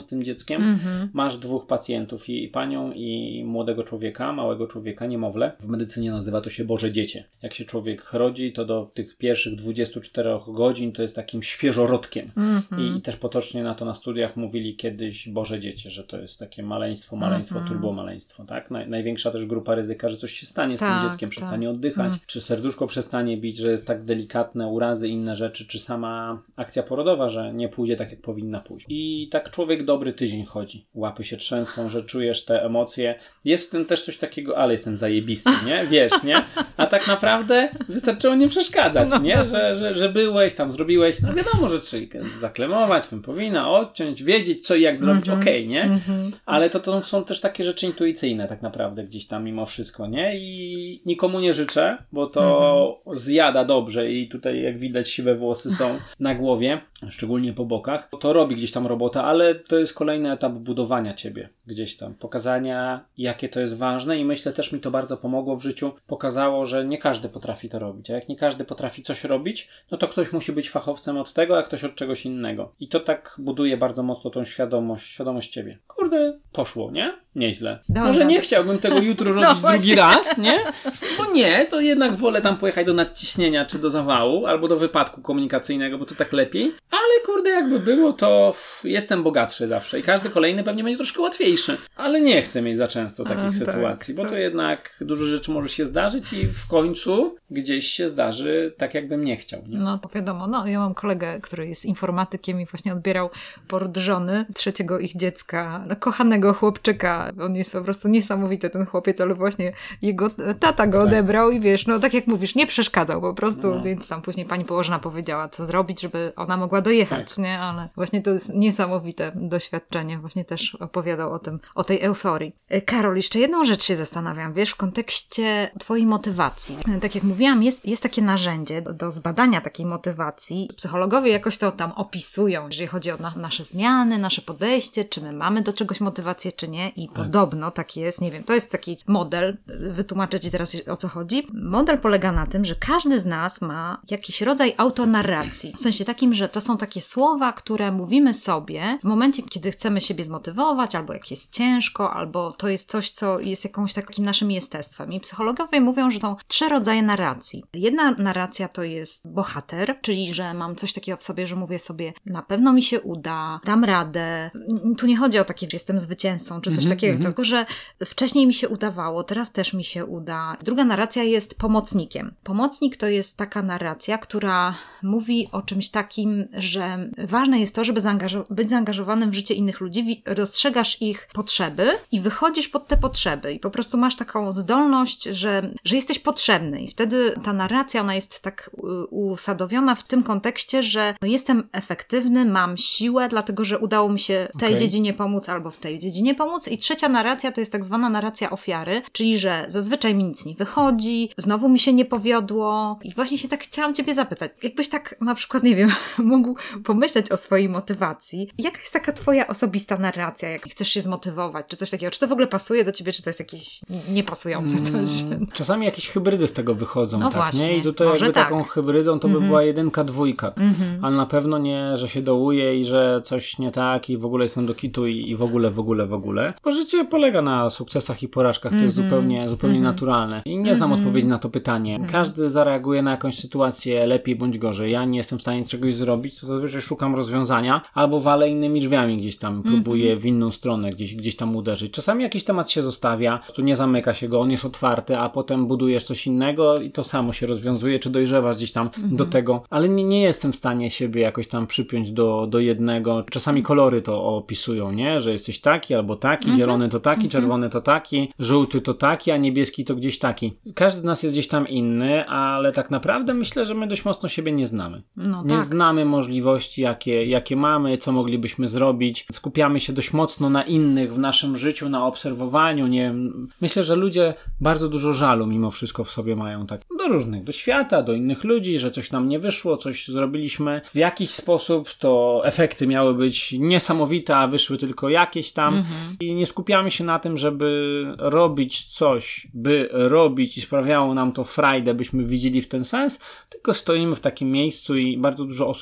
z tym dzieckiem, masz 2 pacjentów, i panią, i młodego człowieka, małego człowieka, niemowlę. W medycynie nazywa to się Boże Dziecię. Jak się człowiek rodzi, to do tych pierwszych 24 godzin to jest takim świeżorodkiem. I też potocznie na to na studiach mówili kiedyś Boże Dziecię, że to jest takie maleństwo, turbomaleństwo, tak? Największa też grupa ryzyka, że coś się stanie z tym dzieckiem, przestanie oddychać, czy serduszko przestanie bić, że jest tak delikatne, urazy, inne rzeczy, czy sama akcja porodowa, że nie pójdzie tak, jak powinna pójść. I tak człowiek dobry tydzień chodzi. Łapy się trzęsą, że czujesz te emocje. Jest w tym też coś takiego, ale jestem zajebisty, nie? Wiesz, nie? A tak naprawdę wystarczyło nie przeszkadzać, nie? Że byłeś, tam zrobiłeś, no wiadomo, że trzeba zaklemować, powinna odciąć, wiedzieć co i jak zrobić, okej, nie? Ale to są też takie rzeczy intuicyjne tak naprawdę gdzieś tam mimo wszystko, nie? I nikomu nie życzę, bo to zjada dobrze i tutaj jak widać siwe włosy są na głowie, szczególnie po bokach. To robi gdzieś tam robota, ale to jest kolejny etap budowania ciebie gdzieś tam, pokazania jakie to jest ważne i myślę też mi to bardzo pomogło w życiu, pokazało, że nie każdy potrafi to robić, a jak nie każdy potrafi coś robić, no to ktoś musi być fachowcem od tego, a ktoś od czegoś innego. I to tak buduje bardzo mocno tą świadomość ciebie. Kurde, poszło, nie? Nieźle. Może nie chciałbym tego jutro robić drugi raz, nie? Bo nie, to jednak wolę tam pojechać do nadciśnienia, czy do zawału, albo do wypadku komunikacyjnego, bo to tak lepiej. Ale kurde, jakby było, to jestem bogatszy zawsze i każdy kolejny pewnie będzie troszkę łatwiejszy. Ale nie chcę mieć za często takich sytuacji, bo to jednak dużo rzeczy może się zdarzyć i w końcu gdzieś się zdarzy tak, jakbym nie chciał. Nie? No to wiadomo, ja mam kolegę, który jest informatykiem i właśnie odbierał poród żony, 3. ich dziecka, kochanego chłopczyka. On jest po prostu niesamowity, ten chłopiec, ale właśnie jego tata go odebrał i wiesz, tak jak mówisz, nie przeszkadzał po prostu, więc tam później pani położna powiedziała, co zrobić, żeby ona mogła dojechać, nie? Ale właśnie to jest niesamowite doświadczenie. Właśnie też opowiadał o tej euforii. Karol, jeszcze jedną rzecz się zastanawiam, wiesz, w kontekście twojej motywacji. Tak jak mówiłam, jest takie narzędzie do zbadania takiej motywacji. Psychologowie jakoś to tam opisują, jeżeli chodzi o nasze zmiany, nasze podejście, czy my mamy do czegoś motywację, czy nie. I podobno tak jest, nie wiem, to jest taki model, wytłumaczę ci teraz o co chodzi. Model polega na tym, że każdy z nas ma jakiś rodzaj autonarracji. W sensie takim, że to są takie słowa, które mówimy sobie w momencie, kiedy chcemy siebie zmotywować, albo jak jest ciężko, albo to jest coś, co jest jakąś takim naszym jestestwem. I psychologowie mówią, że są 3 rodzaje narracji. Jedna narracja to jest bohater, czyli że mam coś takiego w sobie, że mówię sobie, na pewno mi się uda, dam radę. Tu nie chodzi o takie, że jestem zwycięzcą, czy coś takiego, tylko że wcześniej mi się udawało, teraz też mi się uda. Druga narracja jest pomocnikiem. Pomocnik to jest taka narracja, która mówi o czymś takim, że ważne jest to, żeby być zaangażowanym w życie innych ludzi, dostrzegasz ich potrzeby i wychodzisz pod te potrzeby i po prostu masz taką zdolność, że jesteś potrzebny i wtedy ta narracja, ona jest tak usadowiona w tym kontekście, że jestem efektywny, mam siłę, dlatego, że udało mi się w tej dziedzinie pomóc albo w tej dziedzinie pomóc. I trzecia narracja to jest tak zwana narracja ofiary, czyli że zazwyczaj mi nic nie wychodzi, znowu mi się nie powiodło i właśnie się tak chciałam ciebie zapytać, jakbyś tak na przykład, nie wiem, mógł pomyśleć o swojej motywacji. Jaka jest taka twoja osobista narracja, jak chcesz się zmotywować, czy coś takiego? Czy to w ogóle pasuje do ciebie, czy to jest jakieś niepasujące coś? Czasami jakieś hybrydy z tego wychodzą, no tak, właśnie, nie? I tutaj jakby taką hybrydą to by była 1, 2, ale na pewno nie, że się dołuję i że coś nie tak i w ogóle jestem do kitu i w ogóle. Bo życie polega na sukcesach i porażkach, to jest zupełnie naturalne. I nie znam odpowiedzi na to pytanie. Każdy zareaguje na jakąś sytuację lepiej bądź gorzej. Ja nie jestem w stanie czegoś zrobić, to zazwyczaj szukam rozwiązania albo walę innymi drzwiami gdzieś tam, próbuję w inną stronę gdzieś tam uderzyć. Czasami jakiś temat się zostawia, tu nie zamyka się go, on jest otwarty, a potem budujesz coś innego i to samo się rozwiązuje, czy dojrzewasz gdzieś tam do tego, ale nie jestem w stanie siebie jakoś tam przypiąć do jednego. Czasami kolory to opisują, nie? Że jesteś taki albo taki, zielony to taki, czerwony to taki, żółty to taki, a niebieski to gdzieś taki. Każdy z nas jest gdzieś tam inny, ale tak naprawdę myślę, że my dość mocno siebie nie znamy. Nie znamy możliwości, jakie mamy, co moglibyśmy zrobić. Skupiamy się dość mocno na innych w naszym życiu, na obserwowaniu, nie wiem. Myślę, że ludzie bardzo dużo żalu mimo wszystko w sobie mają, tak do różnych, do świata, do innych ludzi, że coś nam nie wyszło, coś zrobiliśmy w jakiś sposób, to efekty miały być niesamowite, a wyszły tylko jakieś tam i nie skupiamy się na tym, żeby robić coś, by robić i sprawiało nam to frajdę, byśmy widzieli w ten sens, tylko stoimy w takim miejscu i bardzo dużo osób jest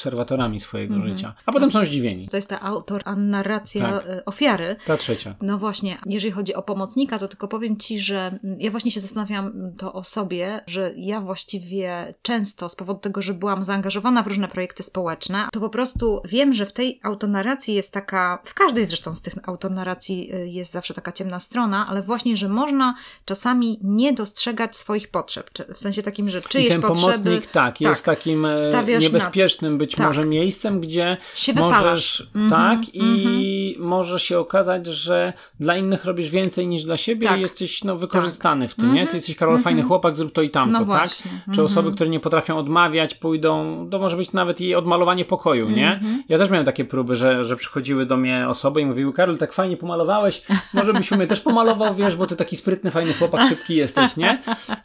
obserwatorami swojego życia. A potem są zdziwieni. To jest ta narracja ofiary. Ta trzecia. No właśnie, jeżeli chodzi o pomocnika, to tylko powiem ci, że ja właśnie się zastanawiam to o sobie, że ja właściwie często z powodu tego, że byłam zaangażowana w różne projekty społeczne, to po prostu wiem, że w tej autonarracji jest taka, w każdej zresztą z tych autonarracji jest zawsze taka ciemna strona, ale właśnie, że można czasami nie dostrzegać swoich potrzeb. W sensie takim, że czyjeś potrzeby... I ten pomocnik, jest takim niebezpiecznym być może miejscem, gdzie się możesz, i może się okazać, że dla innych robisz więcej niż dla siebie i jesteś wykorzystany w tym, nie? Ty jesteś, Karol, fajny chłopak, zrób to i tamto, właśnie. Czy osoby, które nie potrafią odmawiać, pójdą, to może być nawet i odmalowanie pokoju, nie? Ja też miałem takie próby, że przychodziły do mnie osoby i mówiły, Karol, tak fajnie pomalowałeś, może byś u mnie też pomalował, wiesz, bo ty taki sprytny, fajny chłopak, szybki jesteś, nie?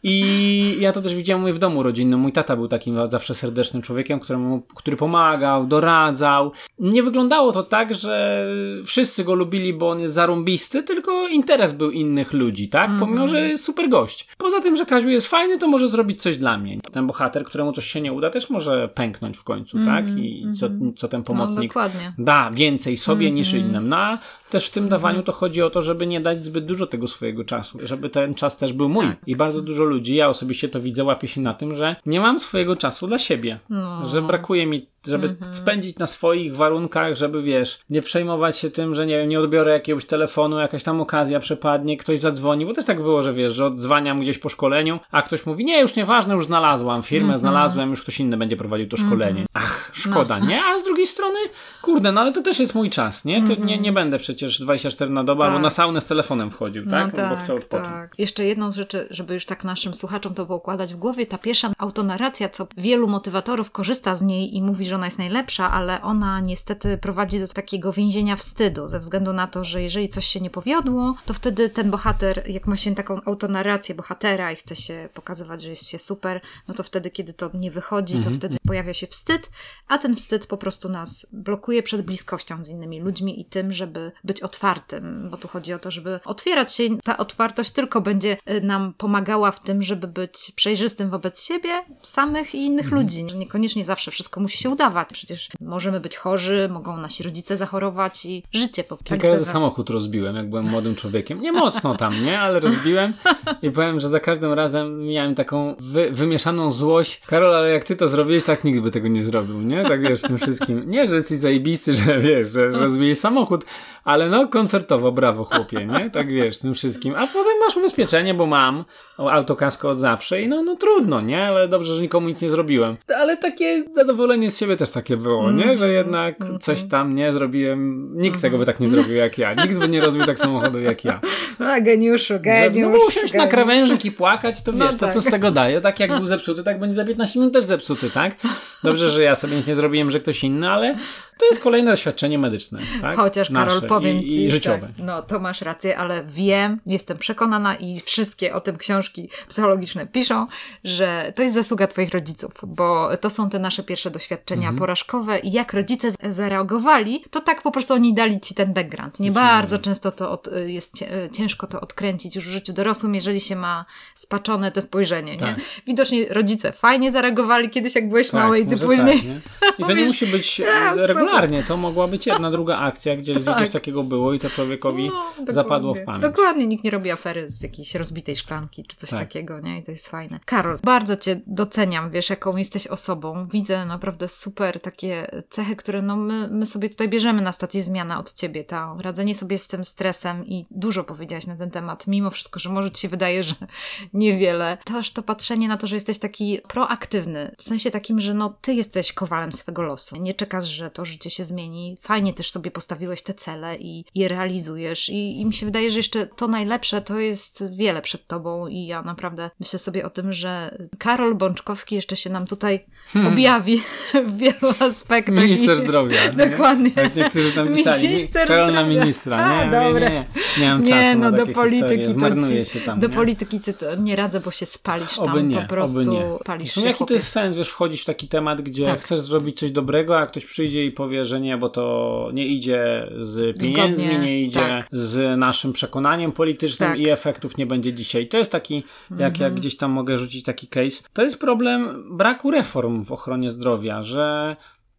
I ja to też widziałem w domu rodzinnym. Mój tata był takim zawsze serdecznym człowiekiem, który pomagał, doradzał. Nie wyglądało to tak, że wszyscy go lubili, bo on jest zarąbisty, tylko interes był innych ludzi, tak? Pomimo, że jest super gość. Poza tym, że Kaziu jest fajny, to może zrobić coś dla mnie. Ten bohater, któremu coś się nie uda, też może pęknąć w końcu, tak? I co ten pomocnik da więcej sobie niż innym. No a też w tym dawaniu to chodzi o to, żeby nie dać zbyt dużo tego swojego czasu, żeby ten czas też był mój. I bardzo dużo ludzi, ja osobiście to widzę, łapie się na tym, że nie mam swojego czasu dla siebie. Że brakuje mi, żeby spędzić na swoich warunkach, żeby nie przejmować się tym, że nie odbiorę jakiegoś telefonu, jakaś tam okazja przepadnie, ktoś zadzwoni, bo też tak było, że że odzwaniam gdzieś po szkoleniu, a ktoś mówi, nie, już nieważne, już znalazłam firmę, znalazłem, już ktoś inny będzie prowadził to szkolenie. Ach, szkoda, nie? A z drugiej strony, kurde, ale to też jest mój czas, nie? To nie będę przecież 24 na dobę albo na saunę z telefonem wchodził, tak? Bo chcę odpocząć. Jeszcze jedną z rzeczy, żeby już tak naszym słuchaczom to poukładać w głowie, ta pierwsza autonarracja, co wielu motywatorów korzysta z niej i mówi, że ona jest najlepsza, ale ona niestety prowadzi do takiego więzienia wstydu, ze względu na to, że jeżeli coś się nie powiodło, to wtedy ten bohater, jak ma się taką autonarrację bohatera i chce się pokazywać, że jest się super, no to wtedy, kiedy to nie wychodzi, to wtedy pojawia się wstyd, a ten wstyd po prostu nas blokuje przed bliskością z innymi ludźmi i tym, żeby być otwartym, bo tu chodzi o to, żeby otwierać się. Ta otwartość tylko będzie nam pomagała w tym, żeby być przejrzystym wobec siebie, samych i innych ludzi. Niekoniecznie zawsze wszystko musi się udawać. Przecież możemy być chorzy, mogą nasi rodzice zachorować i życie po prostu. Kilka razy samochód rozbiłem, jak byłem młodym człowiekiem. Nie mocno tam, nie? Ale rozbiłem i powiem, że za każdym razem miałem taką wymieszaną złość. Karol, ale jak ty to zrobiłeś, tak nikt by tego nie zrobił, nie? Tak w tym wszystkim. Nie, że jesteś zajebisty, że rozbijesz samochód, ale koncertowo, brawo chłopie, nie? Tak w tym wszystkim. A potem masz ubezpieczenie, bo mam autokasko od zawsze i no trudno, nie? Ale dobrze, że nikomu nic nie zrobiłem. Ale takie zadowolenie z siebie też takie było, nie? Że jednak coś tam nie zrobiłem. Nikt tego by tak nie zrobił jak ja. Nikt by nie rozbił tak samochodu jak ja. A geniuszu. Bo usiąść na krawężnik i płakać, to wiesz, to co z tego daje? Tak jak był zepsuty, tak będzie za 15 minut też zepsuty, tak? Dobrze, że ja sobie nic nie zrobiłem, że ktoś inny, ale to jest kolejne doświadczenie medyczne, tak? Chociaż, Karol, powiem ci, i życiowe. Tak, to masz rację, ale wiem, jestem przekonana i wszystkie o tym książki psychologiczne piszą, że to jest zasługa twoich rodziców, bo to są te nasze pierwsze doświadczenia porażkowe i jak rodzice zareagowali, to tak po prostu oni dali ci ten background. Nie bardzo często to jest ciężko to odkręcić już w życiu dorosłym, jeżeli się ma spaczone to spojrzenie, nie? Widocznie rodzice fajnie zareagowali kiedyś, jak byłeś mały i ty później... Tak, nie? I to nie musi być regularnie, to mogła być jedna, druga akcja, gdzie coś takiego było i to człowiekowi zapadło w pamięć. Dokładnie, nikt nie robi afery z jakiejś rozbitej szklanki, czy coś takiego, nie? I to jest fajne. Karol, bardzo cię doceniam, wiesz, jaką jesteś osobą. Widzę naprawdę super takie cechy, które my sobie tutaj bierzemy na stację Zmiana od ciebie. Radzenie sobie z tym stresem i dużo powiedziałaś na ten temat, mimo wszystko, że może ci się wydaje, że niewiele. Też to patrzenie na to, że jesteś taki proaktywny, w sensie takim, że ty jesteś kowalem swego losu. Nie czekasz, że to życie się zmieni. Fajnie też sobie postawiłeś te cele i je realizujesz i mi się wydaje, że jeszcze to najlepsze to jest wiele przed tobą i ja naprawdę myślę sobie o tym, że Karol Bączkowski jeszcze się nam tutaj objawi w wielu aspektach. Minister zdrowia. Dokładnie. Jak niektórzy tam pisali. Karol na ministra. Nie mam czasu na takie historie. Zmarnuje się tam. Do polityki to nie radzę, bo się spalisz tam po prostu. Palisz się, jaki to jest sens, wiesz, wchodzić w taki temat, gdzie chcesz zrobić coś dobrego, a ktoś przyjdzie i powie, że nie, bo to nie idzie z pieniędzmi, nie idzie z naszym przekonaniem politycznym i efektów nie będzie dzisiaj. To jest taki, jak gdzieś tam mogę rzucić taki case, to jest problem braku reform w ochronie zdrowia, że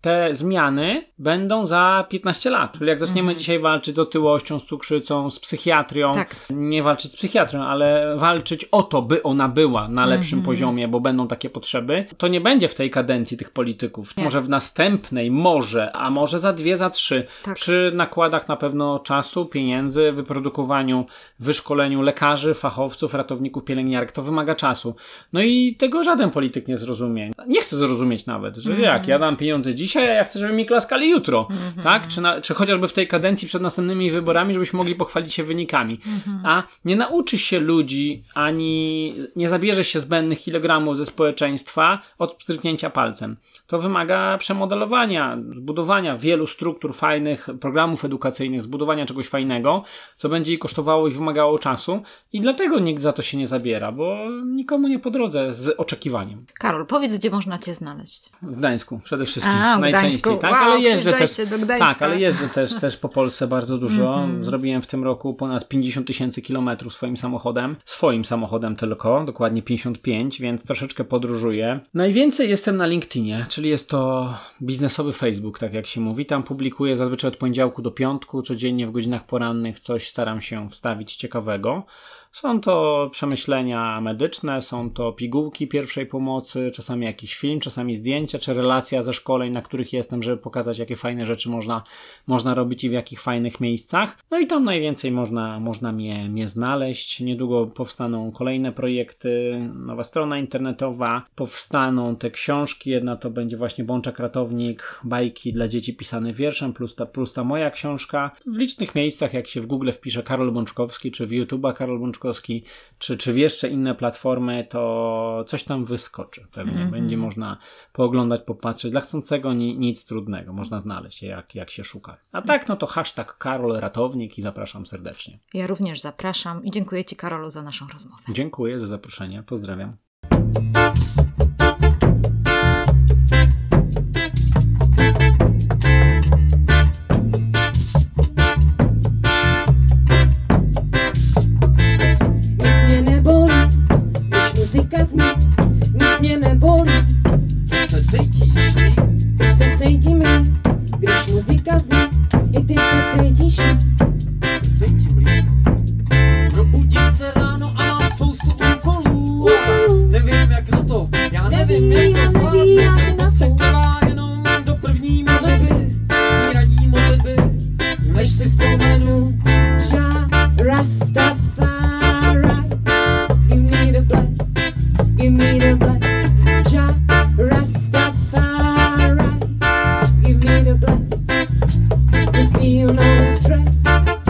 te zmiany będą za 15 lat. Czyli jak zaczniemy dzisiaj walczyć z otyłością, z cukrzycą, z psychiatrią, nie walczyć z psychiatrią, ale walczyć o to, by ona była na lepszym poziomie, bo będą takie potrzeby, to nie będzie w tej kadencji tych polityków. Nie. Może w następnej, a może za 2, za 3. Tak. Przy nakładach na pewno czasu, pieniędzy, wyprodukowaniu, wyszkoleniu lekarzy, fachowców, ratowników, pielęgniarek. To wymaga czasu. No i tego żaden polityk nie zrozumie. Nie chce zrozumieć nawet, że ja dam pieniądze dzisiaj, a ja chcę, żeby mi klaskali jutro. Tak? Czy chociażby w tej kadencji przed następnymi wyborami, żebyśmy mogli pochwalić się wynikami. A nie nauczy się ludzi, ani nie zabierze się zbędnych kilogramów ze społeczeństwa od pstryknięcia palcem. To wymaga przemodelowania, zbudowania wielu struktur fajnych, programów edukacyjnych, zbudowania czegoś fajnego, co będzie jej kosztowało i wymagało czasu i dlatego nikt za to się nie zabiera, bo nikomu nie po drodze z oczekiwaniem. Karol, powiedz, gdzie można cię znaleźć? W Gdańsku przede wszystkim, najczęściej. Tak, ale jeżdżę też, ale jeżdżę też po Polsce bardzo dużo. Zrobiłem w tym roku ponad 50 000 kilometrów swoim samochodem tylko, dokładnie 55, więc troszeczkę podróżuję. Najwięcej jestem na LinkedInie, czyli jest to biznesowy Facebook, tak jak się mówi. Tam publikuję zazwyczaj od poniedziałku do piątku, codziennie w godzinach porannych coś staram się wstawić ciekawego. Są to przemyślenia medyczne, są to pigułki pierwszej pomocy, czasami jakiś film, czasami zdjęcia, czy relacja ze szkoleń, na których jestem, żeby pokazać, jakie fajne rzeczy można robić i w jakich fajnych miejscach. No i tam najwięcej można mnie znaleźć. Niedługo powstaną kolejne projekty, nowa strona internetowa, powstaną te książki. Jedna to będzie właśnie Bączek Ratownik, bajki dla dzieci pisane wierszem, plus ta moja książka. W licznych miejscach, jak się w Google wpisze Karol Bączkowski, czy w YouTube'a Karol Bączkowski, czy w jeszcze inne platformy, to coś tam wyskoczy pewnie. Będzie można pooglądać, popatrzeć. Dla chcącego nic trudnego. Można znaleźć, jak się szuka. A tak, no to hashtag Karol Ratownik i zapraszam serdecznie. Ja również zapraszam i dziękuję Ci, Karolu, za naszą rozmowę. Dziękuję za zaproszenie. Pozdrawiam. Nic mnie neboli, se cítíš líp, když se cítím líp, když muzika zní, i ty se cítíš líp. Se cítím líp, probudím se ráno a mám spoustu úkolů, nevím jak na to, já nevím jak to zvládnu, noc se koná jenom do první modlitby, mi radí modlitby, než si vzpomenu, Jah Rastafari, give me the bless. Give me the bless, Jah Rastafari. Give me the bless, to feel no stress.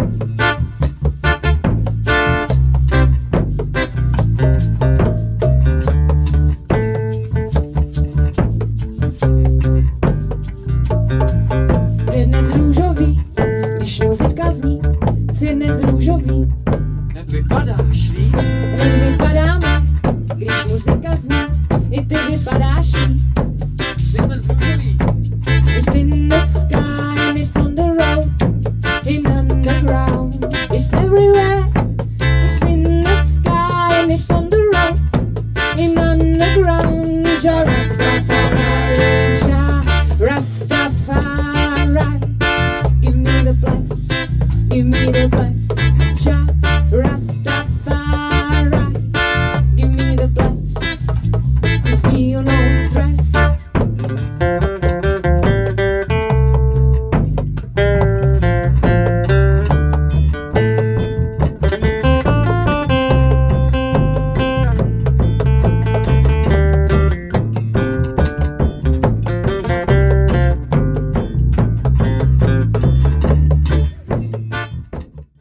Světnec růžový, když muzika zní, světnec růžový, nevypadáš líp.